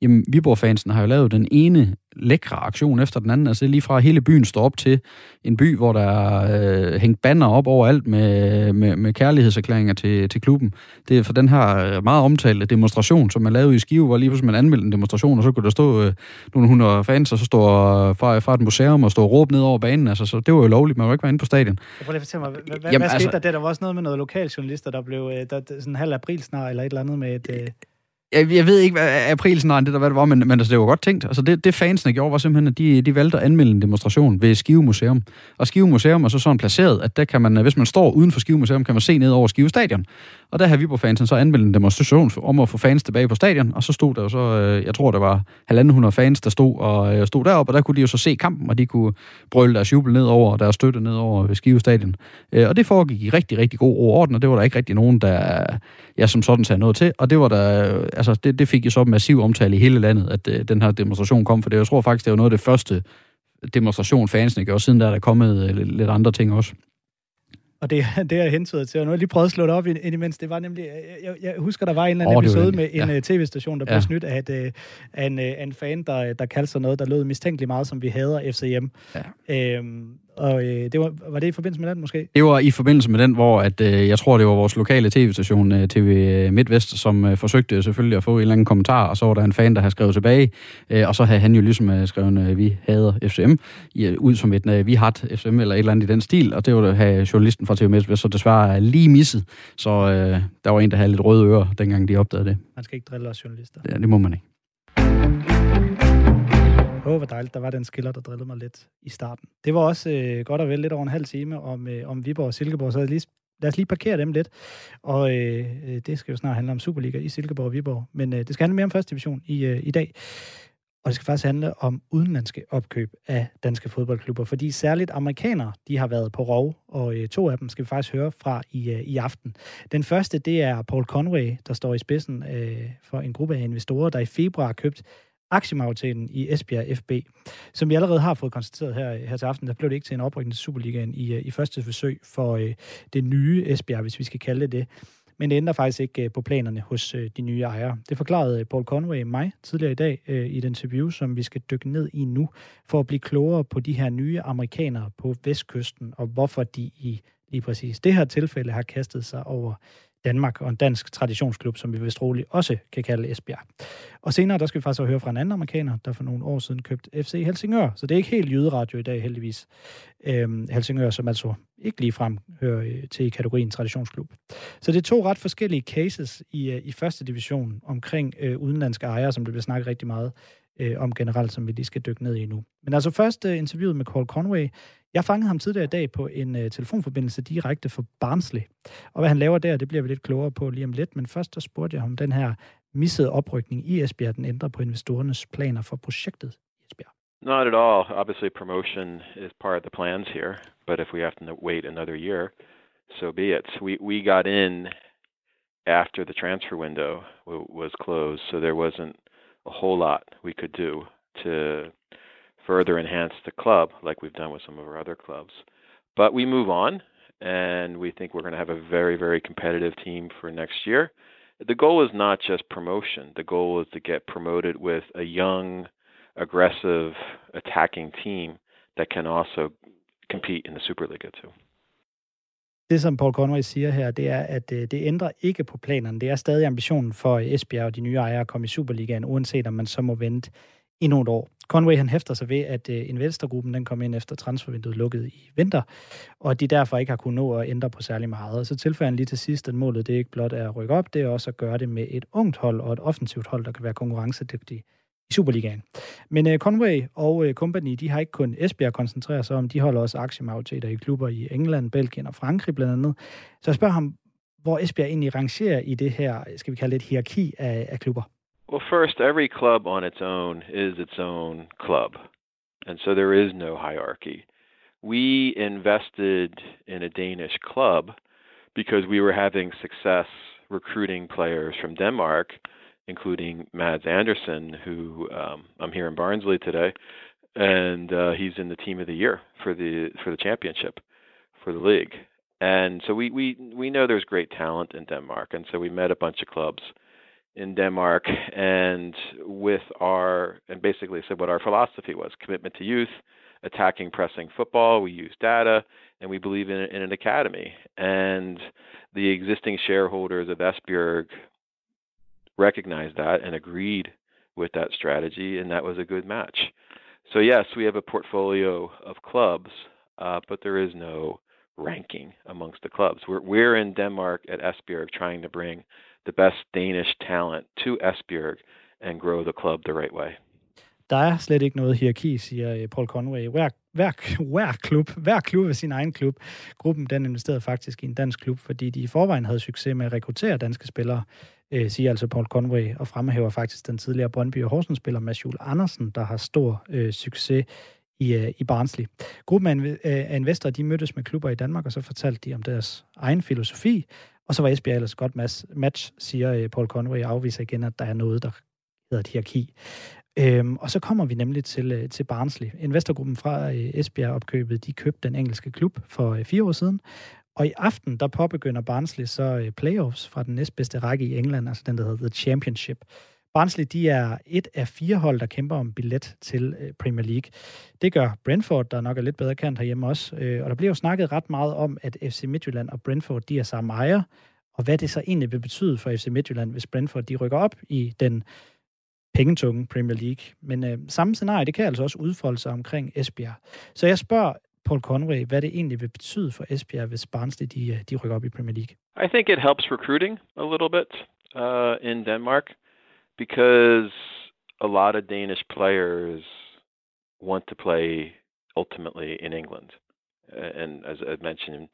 jamen Viborg-fansen har jo lavet den ene lækre aktion efter den anden. Altså lige fra hele byen står op til en by, hvor der er hængt banner op overalt med kærlighedserklæringer til klubben. Det er for den her meget omtalte demonstration, som man lavede i Skive, hvor lige pludselig man anmeldte en demonstration, og så kunne der stå nogle 100 fans, og så står fra et museum og stå og råbe ned over banen. Altså, så det var jo lovligt, man var ikke være inde på stadion. Jeg prøver lige at fortælle mig, hvad skete der? Der var også noget med noget lokaljournalister, der blev sådan halv april snart, eller et eller andet med et... Jeg ved ikke, hvad aprilsnaren det var, men altså, det var godt tænkt. Altså, det fansene gjorde, var simpelthen, at de valgte at anmelde en demonstration ved Skive Museum. Og Skive Museum er så sådan placeret, at der kan man, hvis man står uden for Skive Museum, kan man se ned over Skive Stadion. Og der har Viborg-fansen så anmeldt en demonstration om at få fans tilbage på stadion, og så stod der jo så, jeg tror, der var 1.500 fans, der stod deroppe, og der kunne de jo så se kampen, og de kunne brøle deres jubel ned over, og deres støtte ned over ved Skive Stadion. Og det foregik i rigtig, rigtig god orden, og det var der ikke rigtig nogen, der som sådan sagde noget til, og det var der, altså det fik jo så massiv omtale i hele landet, at den her demonstration kom, for det jeg tror faktisk, det var noget af det første demonstration fansene gjorde, siden der er kommet lidt andre ting også. Og det er hentydet til, og nu har jeg lige prøvet at slå det op indimens. Det var nemlig, jeg husker, der var en eller anden episode med en tv-station, der blev snydt af en fan, der kaldte sig noget, der lød mistænkeligt meget, som vi hader FCM. Ja. Og det var det i forbindelse med den, måske? Det var i forbindelse med den, hvor jeg tror, det var vores lokale tv-station, TV MidtVest, som forsøgte selvfølgelig at få en eller anden kommentar, og så var der en fan, der havde skrevet tilbage, og så havde han jo ligesom skrevet, vi hader FCM, ud som et vi hat FCM, eller et eller andet i den stil, og det var der have journalisten fra TV MidtVest, så desværre lige misset, så der var en, der havde lidt røde ører, dengang de opdagede det. Man skal ikke drille os journalister. Ja, det må man ikke. Hvor dejligt, der var den skiller, der drillede mig lidt i starten. Det var også godt og vel lidt over en halv time om Viborg og Silkeborg, så lad os lige parkere dem lidt. Og det skal jo snart handle om Superliga i Silkeborg og Viborg, men det skal handle mere om første division i dag. Og det skal faktisk handle om udenlandske opkøb af danske fodboldklubber, fordi særligt amerikanere, de har været på rov, og 2 af dem skal vi faktisk høre fra i aften. Den første, det er Paul Conway, der står i spidsen for en gruppe af investorer, der i februar har købt aktiemajoriteten i Esbjerg FB. Som vi allerede har fået konstateret her til aften, der blev det ikke til en oprykning til Superligaen i første forsøg for det nye Esbjerg, hvis vi skal kalde det. Men det ændrer faktisk ikke på planerne hos de nye ejere. Det forklarede Paul Conway mig tidligere i dag i et interview, som vi skal dykke ned i nu, for at blive klogere på de her nye amerikanere på Vestkysten, og hvorfor de i lige præcis det her tilfælde har kastet sig over Danmark og en dansk traditionsklub, som vi vist roligt også kan kalde Esbjerg. Og senere, der skal vi faktisk høre fra en anden amerikaner, der for nogle år siden købte FC Helsingør. Så det er ikke helt jyderadio i dag, heldigvis. Helsingør, som altså ikke ligefrem hører til i kategorien traditionsklub. Så det er 2 ret forskellige cases i første division omkring udenlandske ejere, som det bliver snakket rigtig meget om generelt, som vi lige skal dykke ned i nu. Men altså først interviewet med Paul Conway. Jeg fangede ham tidligere i dag på en telefonforbindelse direkte for Barnsley. Og hvad han laver der, det bliver vi lidt klogere på lige om lidt. Men først der spurgte jeg om den her missede oprykning i Esbjerg, den ændrer på investorernes planer for projektet i Esbjerg. Not at all. Obviously, promotion is part of the plans here. But if we have to wait another year, so be it. We got in after the transfer window was closed, so there wasn't a whole lot we could do to further enhance the club like we've done with some of our other clubs. But we move on, and we think we're going to have a very, very competitive team for next year. The goal is not just promotion. The goal is to get promoted with a young, aggressive, attacking team that can also compete in the Superliga too. Det, som Paul Conway siger her, det er, at det ændrer ikke på planerne. Det er stadig ambitionen for Esbjerg og de nye ejere at komme i Superligaen, uanset om man så må vente endnu et år. Conway, han hæfter sig ved, at investorgruppen den kom ind efter transfervinduet lukkede i vinter, og at de derfor ikke har kunnet nå at ændre på særlig meget. Og så tilføjer han lige til sidst, at målet det ikke blot er at rykke op, det er også at gøre det med et ungt hold og et offensivt hold, der kan være konkurrencedygtigt i Superligaen. Men Conway og company, de har ikke kun Esbjerg koncentreret sig om, de holder også aktiemajoriteter i klubber i England, Belgien og Frankrig blandt andet. Så jeg spørger ham, hvor Esbjerg egentlig rangerer i det her, skal vi kalde det et hierarki af klubber? Well, first, every club on its own is its own club, and so there is no hierarchy. We invested in a Danish club because we were having success recruiting players from Denmark, including Mads Andersen, who I'm here in Barnsley today, and he's in the team of the year for the championship, for the league. And so we know there's great talent in Denmark, and so we met a bunch of clubs in Denmark, and basically said what our philosophy was: commitment to youth, attacking, pressing football. We use data, and we believe in an academy. And the existing shareholders of Esbjerg recognized that and agreed with that strategy, and that was a good match. So yes, we have a portfolio of clubs, but there is no ranking amongst the clubs. We're in Denmark at Esbjerg trying to bring the best Danish talent to Esbjerg and grow the club the right way. Der er slet ikke noget hierarki, siger Paul Conway. Hver klub er sin egen klub. Gruppen den investerede faktisk i en dansk klub, fordi de i forvejen havde succes med at rekruttere danske spillere, siger altså Paul Conway, og fremhæver faktisk den tidligere Brøndby- og Horsens-spiller Mads Juel Andersen, der har stor succes i Barnsley. Gruppen af investorer, de mødtes med klubber i Danmark, og så fortalte de om deres egen filosofi, og så var Esbjerg ellers godt match, siger Paul Conway, afviser igen, at der er noget, der hedder et hierarki. Og så kommer vi nemlig til Barnsley. Investorgruppen fra Esbjerg-opkøbet, de købte den engelske klub for 4 år siden, og i aften, der påbegynder Barnsley så playoffs fra den næstbedste række i England, altså den, der hedder The Championship. Barnsley, de er et af 4 hold, der kæmper om billet til Premier League. Det gør Brentford, der nok er lidt bedre kendt herhjemme også. Og der bliver jo snakket ret meget om, at FC Midtjylland og Brentford, de er samme ejer, og hvad det så egentlig vil betyde for FC Midtjylland, hvis Brentford, de rykker op i den pengetunge Premier League. Men samme scenarie, det kan altså også udfolde sig omkring Esbjerg. Så jeg spørger Paul Conway, hvad det egentlig vil betyde for Esbjerg, hvis Barnsley, de rykker op i Premier League. I think it helps recruiting a little bit in Denmark, because a lot of Danish players want to play ultimately in England. And as I mentioned,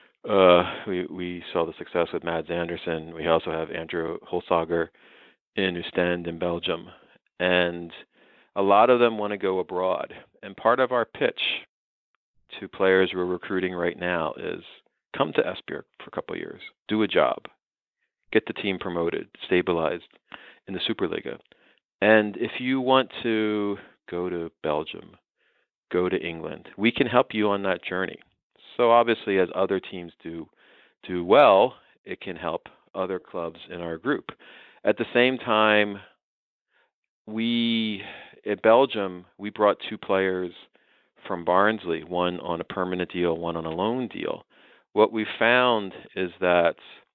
we saw the success with Mads Andersen. We also have Andrew Holsager in Ostend in Belgium. And a lot of them want to go abroad. And part of our pitch to players we're recruiting right now is come to Esbjerg for a couple of years, do a job, get the team promoted, stabilized in the Superliga. And if you want to go to Belgium, go to England, we can help you on that journey. So obviously, as other teams do well, it can help other clubs in our group. At the same time, at Belgium, we brought 2 players from Barnsley, one on a permanent deal, one on a loan deal. What we found is that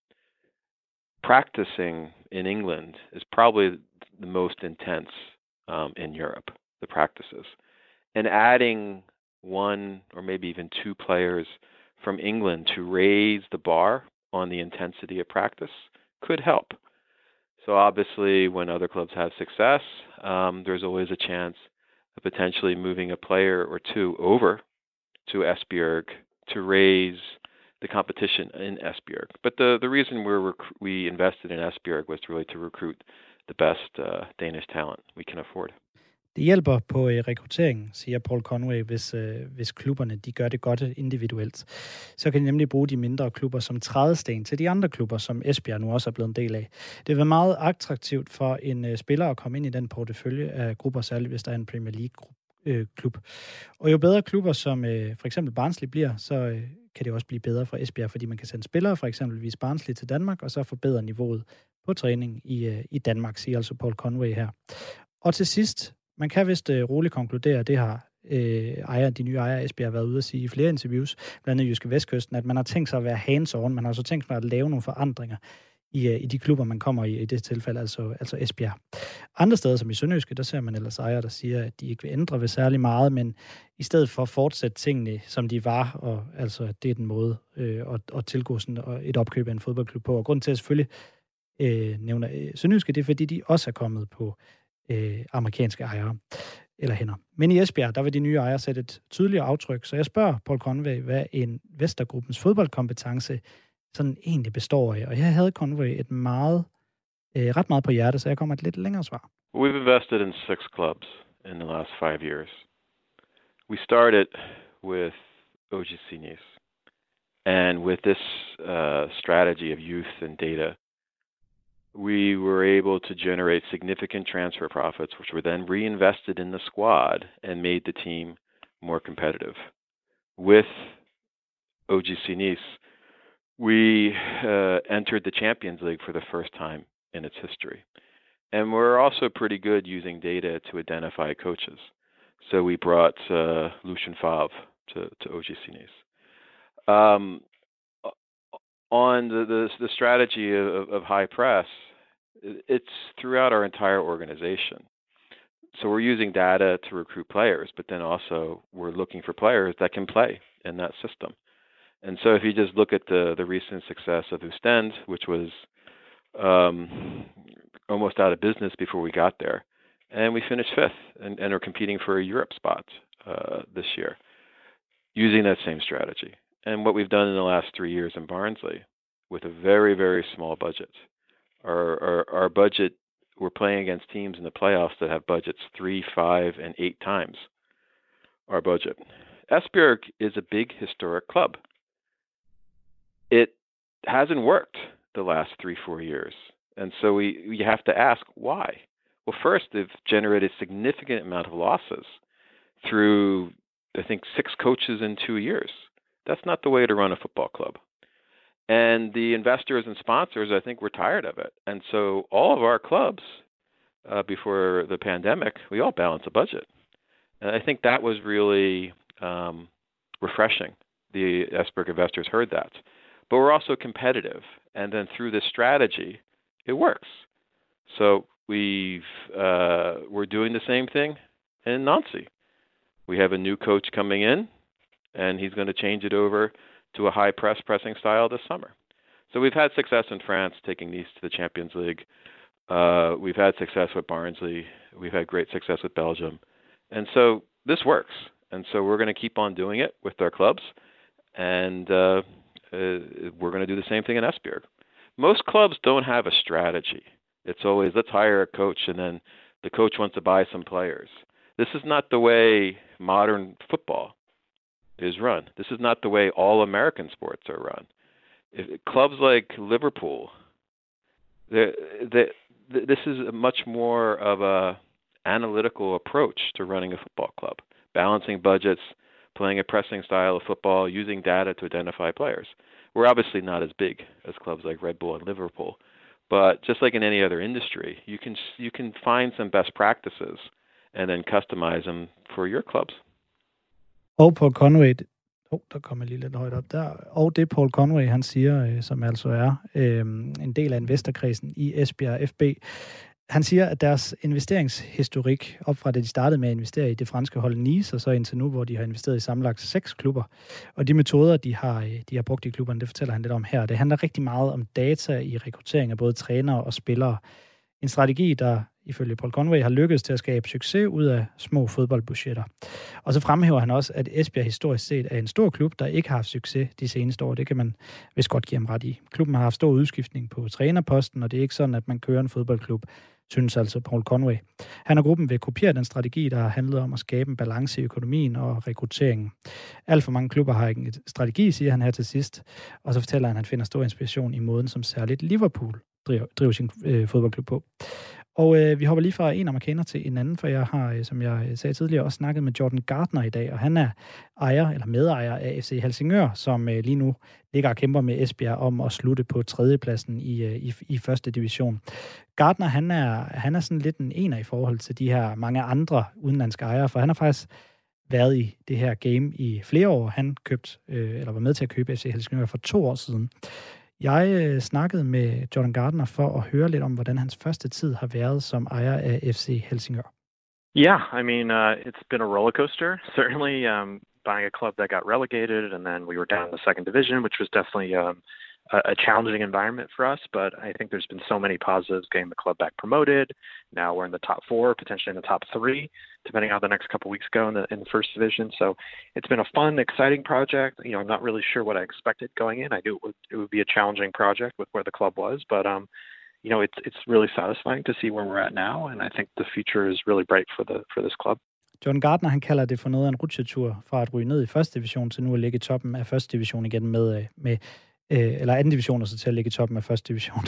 practicing in England is probably the most intense in Europe, the practices. And adding 1 or maybe even 2 players from England to raise the bar on the intensity of practice could help. So obviously, when other clubs have success, there's always a chance of potentially moving a player or 2 over to Esbjerg to raise the competition in Esbjerg. But the reason we invested in Esbjerg was really to recruit the best Danish talent we can afford. Det hjælper på rekrutteringen, siger Paul Conway, hvis klubberne de gør det godt individuelt. Så kan de nemlig bruge de mindre klubber som trædesten til de andre klubber, som Esbjerg nu også er blevet en del af. Det vil være meget attraktivt for en spiller at komme ind i den portefølje af grupper, særligt hvis der er en Premier League-klub. Og jo bedre klubber, som for eksempel Barnsley bliver, så kan det også blive bedre for Esbjerg, fordi man kan sende spillere, for eksempelvis Barnsley til Danmark, og så forbedre niveauet på træning i Danmark, siger altså Paul Conway her. Og til sidst, man kan vist roligt konkludere, det har de nye ejere af Esbjerg været ude at sige i flere interviews, blandt andet Jyske Vestkysten, at man har tænkt sig at være hands-on, man har så tænkt sig at lave nogle forandringer i de klubber, man kommer i det tilfælde, altså Esbjerg. Andre steder, som i Sønderjyske, der ser man ellers ejere, der siger, at de ikke vil ændre ved særlig meget, men i stedet for at fortsætte tingene, som de var, og altså det er den måde at tilgå sådan et opkøb af en fodboldklub på. Og grunden til, at jeg selvfølgelig nævner Sønderjyske, det er, fordi de også er kommet på amerikanske ejere eller hænder. Men i Esbjerg, der vil de nye ejere sætte et tydeligere aftryk, så jeg spørger Paul Conway, hvad investorgruppens fodboldkompetence sådan egentlig består af. Og jeg havde Conway ret meget på hjerte, så jeg kommer et lidt længere svar. We've invested in 6 clubs in the last 5 years. We started with OGC Nice. And with this strategy of youth and data, we were able to generate significant transfer profits, which were then reinvested in the squad and made the team more competitive. With OGC Nice, we entered the Champions League for the first time in its history. And we're also pretty good using data to identify coaches. So we brought Lucien Favre to OGC Nice. On the strategy of high press, it's throughout our entire organization. So we're using data to recruit players, but then also we're looking for players that can play in that system. And so if you just look at the recent success of Ostend, which was almost out of business before we got there, and we finished 5th and are competing for a Europe spot this year, using that same strategy. And what we've done in the last 3 years in Barnsley with a very, very small budget. Our budget, we're playing against teams in the playoffs that have budgets 3, 5, and 8 times our budget. Esbjerg is a big historic club. It hasn't worked the last 3-4 years. And so we have to ask why. Well, first, they've generated a significant amount of losses through, I think, 6 coaches in 2 years. That's not the way to run a football club. And the investors and sponsors, I think, were tired of it. And so all of our clubs, before the pandemic, we all balanced a budget. And I think that was really refreshing. The Esbjerg investors heard that. But we're also competitive. And then through this strategy, it works. So we're doing the same thing in Nancy. We have a new coach coming in, and he's going to change it over to a high pressing style this summer. So we've had success in France, taking Nice to the Champions League. We've had success with Barnsley. We've had great success with Belgium. And so this works. And so we're going to keep on doing it with our clubs. And we're going to do the same thing in Esbjerg. Most clubs don't have a strategy. It's always, let's hire a coach, and then the coach wants to buy some players. This is not the way modern football is run. This is not the way all American sports are run. Clubs like Liverpool, this is much more of a analytical approach to running a football club, balancing budgets, playing a pressing style of football, using data to identify players. We're obviously not as big as clubs like Red Bull and Liverpool, but just like in any other industry, you can find some best practices and then customize them for your clubs. Og Paul Conway, der kommer lige lidt højt op der, og det Paul Conway, han siger, som altså er en del af investorkredsen i Esbjerg FB, han siger, at deres investeringshistorik, op fra da de startede med at investere i det franske hold Nice, og så indtil nu, hvor de har investeret i sammenlagt 6 klubber, og de metoder, de har brugt i klubberne, det fortæller han lidt om her. Det handler rigtig meget om data i rekruttering af både trænere og spillere. En strategi, der ifølge Paul Conway har lykkedes til at skabe succes ud af små fodboldbudgetter. Og så fremhæver han også, at Esbjerg historisk set er en stor klub, der ikke har haft succes de seneste år. Det kan man vist godt give ham ret i. Klubben har haft stor udskiftning på trænerposten, og det er ikke sådan, at man kører en fodboldklub, synes altså Paul Conway. Han og gruppen vil kopiere den strategi, der har handlet om at skabe en balance i økonomien og rekrutteringen. Alt for mange klubber har ikke en strategi, siger han her til sidst. Og så fortæller han, at han finder stor inspiration i måden, som særligt Liverpool driver sin fodboldklub på. Og vi hopper lige fra en amerikaner til en anden, for jeg har, som jeg sagde tidligere, også snakket med Jordan Gardner i dag, og han er ejer eller medejer af FC Helsingør, som lige nu ligger og kæmper med Esbjerg om at slutte på 3. pladsen i første division. Gardner, han er sådan lidt en ener i forhold til de her mange andre udenlandske ejere, for han har faktisk været i det her game i flere år. Han var med til at købe FC Helsingør for 2 år siden. Jeg snakkede med Jordan Gardner for at høre lidt om, hvordan hans første tid har været som ejer af FC Helsingør. Yeah, I mean, it's been a roller coaster, certainly. Buying a club that got relegated, and then we were down in the 2nd division, which was definitely a challenging environment for us. But I think there's been so many positives getting the club back promoted. Now we're in the top 4, potentially in the top 3, depending on how the next couple of weeks go in the 1st division. So it's been a fun, exciting project. You know, I'm not really sure what I expected going in. I knew it would be a challenging project with where the club was, but you know, it's really satisfying to see where we're at now, and I think the future is really bright for this club. John Gardner, han kalder det for noget af en rutsjetur fra at ryge ned i 1. division til nu at ligge i toppen af 1. division igen med eller 2. division, og så til at ligge i toppen af 1. division,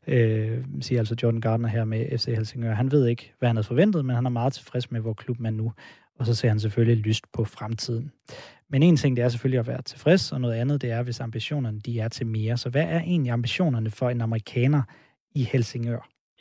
siger altså Jordan Gardner her med FC Helsingør. Han ved ikke, hvad han havde forventet, men han er meget tilfreds med, hvor klubben er nu. Og så ser han selvfølgelig lyst på fremtiden. Men en ting, det er selvfølgelig at være tilfreds, og noget andet, det er, hvis ambitionerne de er til mere. Så hvad er egentlig ambitionerne for en amerikaner i Helsingør?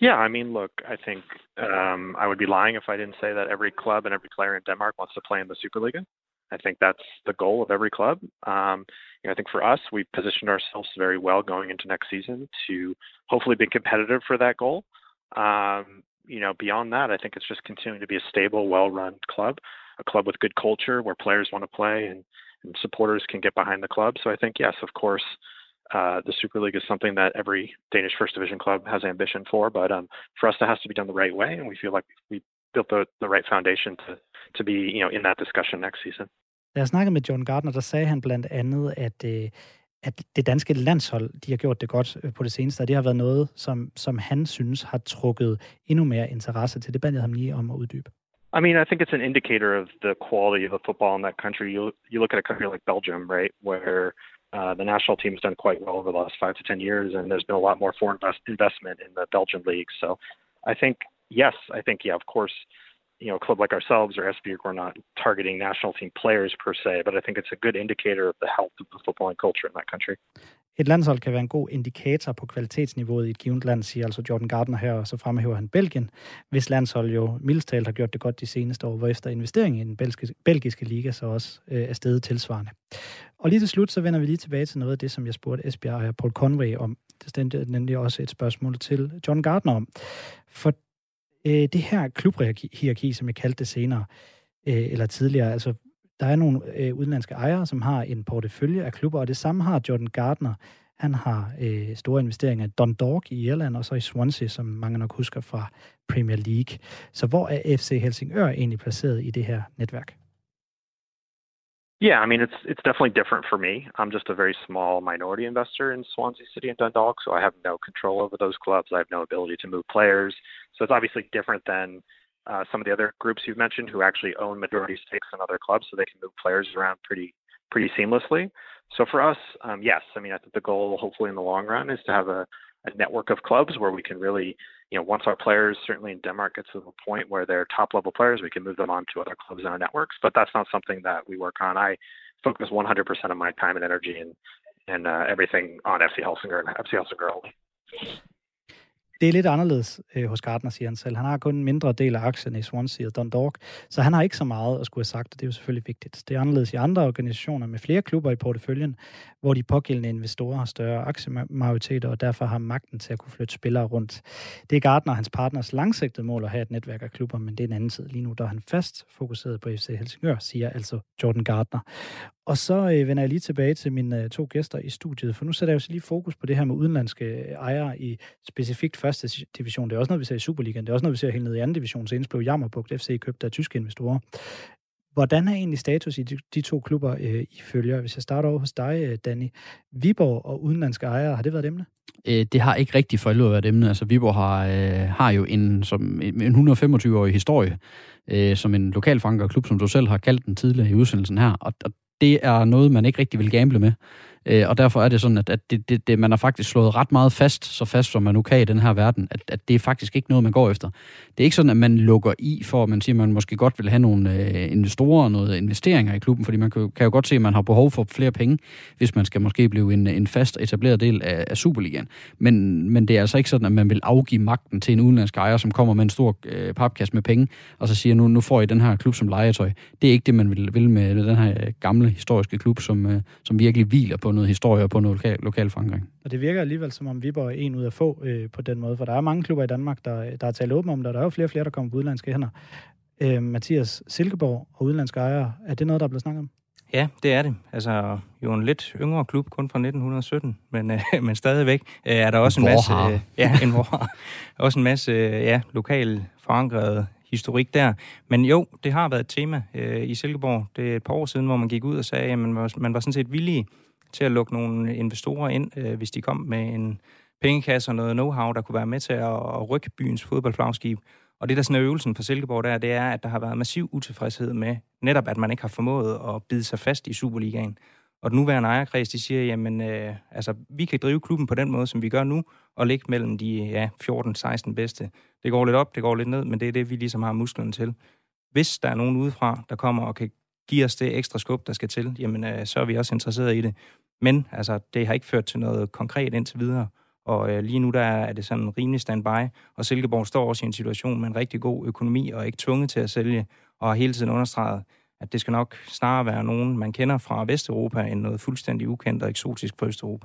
Yeah, I mean, look, I think I would be lying if I didn't say that every club and every player in Denmark wants to play in the Superliga. I think that's the goal of every club. I think for us, we positioned ourselves very well going into next season to hopefully be competitive for that goal. Beyond that, I think it's just continuing to be a stable, well-run club, a club with good culture where players want to play and supporters can get behind the club. So I think, yes, of course, the Super League is something that every Danish First Division club has ambition for, but for us, it has to be done the right way, and we feel like we built the right foundation to be, in that discussion next season. Da jeg snakkede med Jordan Gardner, der sagde han blandt andet, at det danske landshold, de har gjort det godt på det seneste, og det har været noget, som han synes har trukket endnu mere interesse til. Det bad jeg ham lige om at uddybe. I mean, I think it's an indicator of the quality of the football in that country. You look at a country like Belgium, right, where the national team has done quite well over the last 5 to 10 years, and there's been a lot more foreign investment in the Belgian league. So I think, yeah, of course, a club like ourselves or Esbjerg, we're not targeting national team players per se, but I think it's a good indicator of the health of the footballing culture in that country. Et landshold kan være en god indikator på kvalitetsniveauet i et givet land, siger altså Jordan Gardner her, og så fremhæver han Belgien, hvis landshold jo mildest talt har gjort det godt de seneste år, hvor efter investeringen i den belgiske liga så også er steget tilsvarende. Og lige til slut, så vender vi lige tilbage til noget af det, som jeg spurgte Esbjerg og Paul Conway om. Det stendte nemlig også et spørgsmål til Jordan Gardner om. For det her klubrehierarki, som jeg kaldte det senere, eller tidligere, altså der er nogle udenlandske ejere, som har en portefølje af klubber, og det samme har Jordan Gardner. Han har store investeringer i Dundalk i Irland, og så i Swansea, som mange nok husker fra Premier League. Så hvor er FC Helsingør egentlig placeret i det her netværk? Yeah, I mean, it's definitely different for me. I'm just a very small minority investor in Swansea City and Dundalk, so I have no control over those clubs. I have no ability to move players. So it's obviously different than some of the other groups you've mentioned who actually own majority stakes in other clubs, so they can move players around pretty seamlessly. So for us, yes, I mean, I think the goal, hopefully in the long run, is to have a network of clubs where we can really, once our players, certainly in Denmark, get to the point where they're top-level players, we can move them on to other clubs in our networks. But that's not something that we work on. I focus 100% of my time and energy and everything on FC Helsingør and FC Helsingør only. Det er lidt anderledes hos Gardner, siger han selv. Han har kun en mindre del af aktierne i Swansea og Dundalk, så han har ikke så meget at skulle have sagt, og det er jo selvfølgelig vigtigt. Det er anderledes i andre organisationer med flere klubber i porteføljen, hvor de pågældende investorer har større aktiemajoriteter, og derfor har magten til at kunne flytte spillere rundt. Det er Gardner og hans partners langsigtede mål at have et netværk af klubber, men det er en anden tid. Lige nu der er han fast fokuseret på FC Helsingør, siger altså Jordan Gardner. Og så vender jeg lige tilbage til mine to gæster i studiet, for nu sætter jeg jo lige fokus på det her med udenlandske ejere i specifikt første division. Det er også noget, vi ser i Superligaen. Det er også noget, vi ser helt ned i anden division. Senest blev Jammerbugt FC købt af tyske investorer. Hvordan er egentlig status i de to klubber I følger? Hvis jeg starter over hos dig, Danny. Viborg og udenlandske ejere, har det været et emne? Det har ikke rigtig for alvor været et emne. Altså Viborg har jo en 125-årig historie som en lokal klub, som du selv har kaldt den tidligere i udsendelsen her. Og det er noget, man ikke rigtig vil gamble med. Og derfor er det sådan, at man har faktisk slået ret meget fast, så fast som man nu kan i den her verden, at det er faktisk ikke noget, man går efter. Det er ikke sådan, at man lukker i for, at man siger, at man måske godt vil have nogle investorer og noget investeringer i klubben, fordi man kan jo godt se, at man har behov for flere penge, hvis man skal måske blive en fast etableret del af Superligaen. Men det er altså ikke sådan, at man vil afgive magten til en udenlandsk ejer, som kommer med en stor papkasse med penge, og så siger, nu får I den her klub som legetøj. Det er ikke det, man vil med den her gamle historiske klub, som virkelig hviler på noget historie og på noget lokal forankring. Og det virker alligevel, som om Viborg er en ud af få på den måde, for der er mange klubber i Danmark, der er talt åbent om det, og der er jo flere der kommer på udenlandske hænder. Mathias, Silkeborg og udenlandske ejere, er det noget, der er blevet snakket om? Ja, det er det. Altså, jo en lidt yngre klub, kun fra 1917, men stadigvæk er der også en masse lokal forankret historik der. Men jo, det har været et tema i Silkeborg. Det er et par år siden, hvor man gik ud og sagde, at man var sådan set villig til at lukke nogle investorer ind, hvis de kom med en pengekasse og noget know-how, der kunne være med til at rykke byens fodboldflagskib. Og det, der sådan er øvelsen for Silkeborg det er, at der har været massiv utilfredshed med netop, at man ikke har formået at bide sig fast i Superligaen. Og den nuværende ejerkreds, de siger, jamen, vi kan drive klubben på den måde, som vi gør nu, og ligge mellem de 14-16 bedste. Det går lidt op, det går lidt ned, men det er det, vi ligesom har musklerne til. Hvis der er nogen udefra, der kommer og kan give os det ekstra skub, der skal til, jamen, så er vi også interesseret i det. Men altså, det har ikke ført til noget konkret indtil videre. Og lige nu der er det sådan rimelig standby, og Silkeborg står også i en situation med en rigtig god økonomi og er ikke tvunget til at sælge, og har hele tiden understreget, at det skal nok snarere være nogen, man kender fra Vesteuropa, end noget fuldstændig ukendt og eksotisk fra Østeuropa.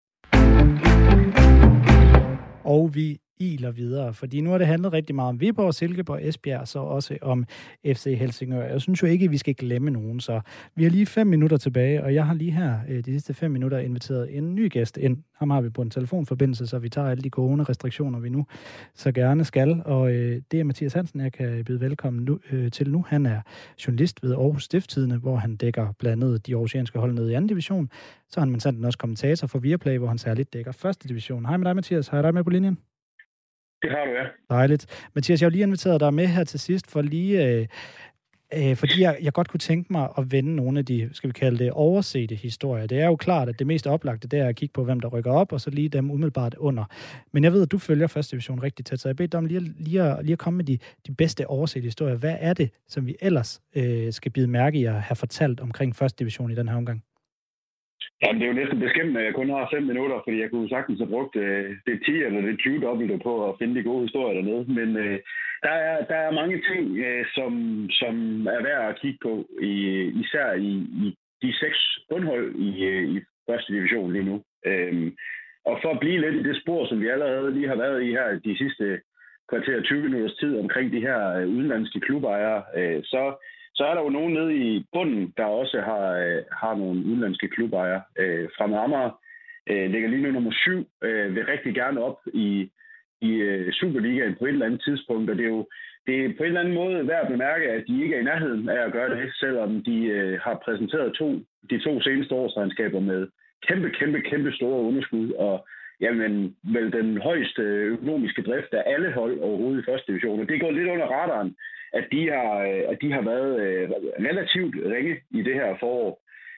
Og vi iler videre, fordi nu har det handlet rigtig meget om Viborg, Silkeborg, Esbjerg, så også om FC Helsingør. Jeg synes jo ikke, at vi skal glemme nogen, så vi har lige 5 minutter tilbage, og jeg har lige her de sidste 5 minutter inviteret en ny gæst ind. Ham har vi på en telefonforbindelse, så vi tager alle de coronarestriktioner, vi nu så gerne skal, og det er Mathias Hansen, jeg kan byde velkommen til nu. Han er journalist ved Aarhus Stiftstidende, hvor han dækker blandt andet de aarhusianske hold nede i 2. division. Så er han sandt også kommentator for Viaplay, hvor han særligt dækker 1. division. Hej med dig, Mathias. Har jeg dig med på linjen? Det har du, ja. Dejligt. Mathias, jeg har lige inviteret dig med her til sidst, for lige, fordi jeg godt kunne tænke mig at vende nogle af de, skal vi kalde det, oversete historier. Det er jo klart, at det mest oplagte, det er at kigge på, hvem der rykker op, og så lige dem umiddelbart under. Men jeg ved, at du følger 1. division rigtig tæt, så jeg beder dig om lige at komme med de bedste oversete historier. Hvad er det, som vi ellers skal bide mærke i at have fortalt omkring 1. division i den her omgang? Jamen, det er jo næsten beskæmmende, at jeg kun har 5 minutter, fordi jeg kunne sagtens have brugt det 10 eller det 20 dobbelte på at finde de gode historier dernede. Men der er mange ting, som er værd at kigge på, især i de 6 bundhold i 1. division lige nu. Og for at blive lidt i det spor, som vi allerede lige har været i her de sidste kvarter 20 minutters tid omkring de her udenlandske klubejere, så er der jo nogen nede i bunden, der også har nogle udenlandske klubejere. Fremad Amager ligger lige nu nummer 7, vil rigtig gerne op i Superligaen på et eller andet tidspunkt, og det er på en eller anden måde værd at bemærke, at de ikke er i nærheden af at gøre det, selvom de har præsenteret de 2 seneste årsregnskaber med kæmpe store underskud, og jamen, vel den højeste økonomiske drift af alle hold overhovedet i 1. division. Og det er gået lidt under radaren, at de har været relativt ringe i det her forår.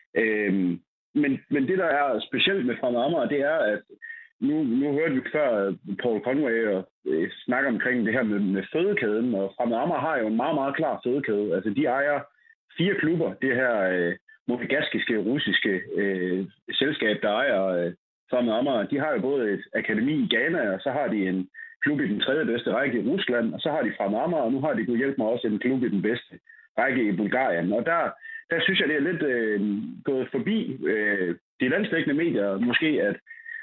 Men det, der er specielt med Fremad Amager, det er, at nu hørte vi før Paul Conway snakke omkring det her med fødekæden, og Fremad Amager har jo en meget, meget klar fødekæde. Altså, de ejer 4 klubber, det her monegaskiske, russiske selskab, der ejer Fremad Amager. De har jo både et akademi i Ghana, og så har de en klub i den 3. bedste række i Rusland, og så har de Fremad Amager, og nu har de kunnet hjælpe mig også en klub i den bedste række i Bulgarien. Og der synes jeg, det er lidt gået forbi de landsdækkende medier, måske, at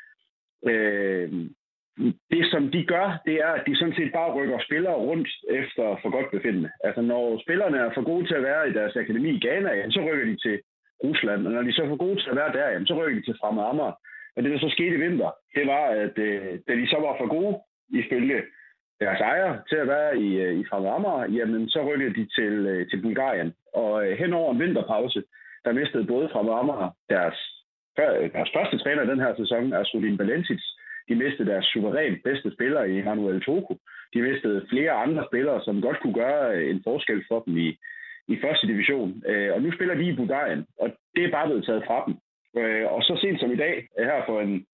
det, som de gør, det er, at de sådan set bare rykker spillere rundt efter for godt befindende. Altså, når spillerne er for gode til at være i deres akademi i Ghana, så rykker de til Rusland, og når de så er for gode til at være der, så rykker de til Fremad Amager. Og det, der så skete i vinter, det var, at da de så var for gode, ifølge deres ejer, til at være i Fremad Amager, jamen så rykkede de til Bulgarien. Og hen over en vinterpause, der mistede både Fremad Amager deres første træner i den her sæson, Asrudin Balancic. De mistede deres suverænt bedste spiller i Manuel Toko. De mistede flere andre spillere, som godt kunne gøre en forskel for dem i 1. division. Og nu spiller de i Bulgarien, og det er bare blevet taget fra dem. Og så sent som i dag, her for en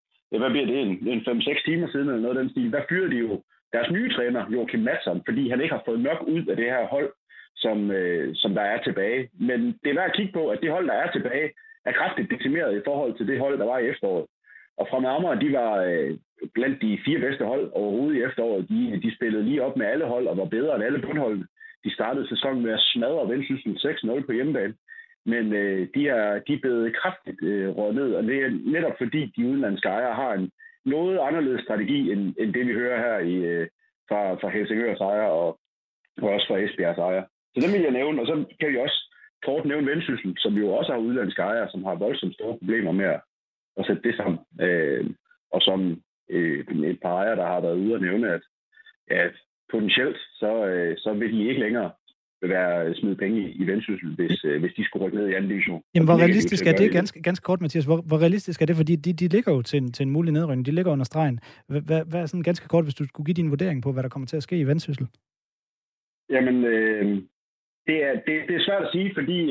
5-6 timer siden, eller noget af den stil, der fyrede de jo deres nye træner, Joachim Mattsson, fordi han ikke har fået nok ud af det her hold, som der er tilbage. Men det er værd at kigge på, at det hold, der er tilbage, er kraftigt decimeret i forhold til det hold, der var i efteråret. Og Fremad Amager, de var blandt de 4 bedste hold overhovedet i efteråret. De spillede lige op med alle hold og var bedre end alle bundholdene. De startede sæsonen med at smadre Vendsyssel 6-0 på hjemmebane. Men de er blevet kraftigt røget ned, og det er netop fordi de udenlandske ejere har en noget anderledes strategi, end det vi hører her fra Helsingørs ejere og også fra Esbjergs ejere. Så det vil jeg nævne, og så kan vi også kort nævne Vendsyssel, som jo også har udenlandske ejere, som har voldsomt store problemer med at sætte det sammen. Og som et par ejere, der har været ude og nævne, at potentielt, så vil de ikke længere være smide penge i Vendsyssel, hvis de skulle rykke ned i 2. division. Jamen, hvor realistisk er det, ganske kort, Mathias, hvor realistisk er det, fordi de ligger jo til en mulig nedrykning, de ligger under stregen. Hvad er sådan ganske kort, hvis du skulle give din vurdering på, hvad der kommer til at ske i Vendsyssel? Jamen, det er svært at sige, fordi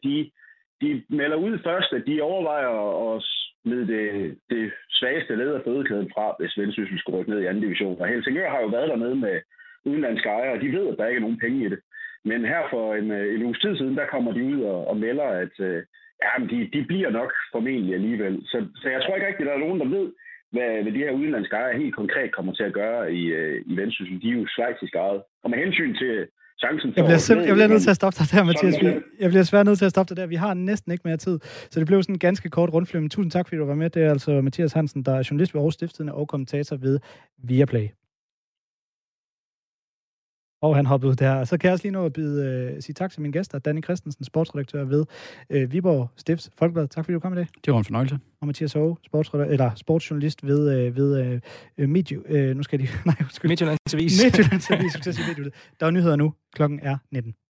de melder ud først, at de overvejer at smide det svageste led af fødekæden fra, hvis Vendsyssel skulle rykke ned i 2. division. Og Helsingør har jo været dernede med udenlandske ejere, og de ved, at der ikke er nogen penge i det. Men her for en uges tid siden, der kommer de ud og melder, at de bliver nok formentlig alligevel. Så jeg tror ikke rigtig, der er nogen, der ved hvad de her udenlandske ejere helt konkret kommer til at gøre i Vendsyssel. De er jo schweizisk ejet. Og med hensyn til chancen for... Jeg bliver nødt til at stoppe dig der, Mathias. Jeg bliver svært nødt til at stoppe dig der. Vi har næsten ikke mere tid, så det blev sådan en ganske kort rundflyvning. Tusind tak, fordi du var med. Det er altså Mathias Hansen, der er journalist ved Aarhus Stiftstidende og kommentator ved Viaplay. Og han hoppede der. Så kan jeg også lige nå at sige tak til mine gæster. Danny Christensen, sportsredaktør ved Viborg Stifts Folkeblad. Tak fordi du kom i dag. Det var en fornøjelse. Og Mathias Aage, sportsjournalist ved Midtjyllands Avis. Der er nyheder nu. Klokken er 19.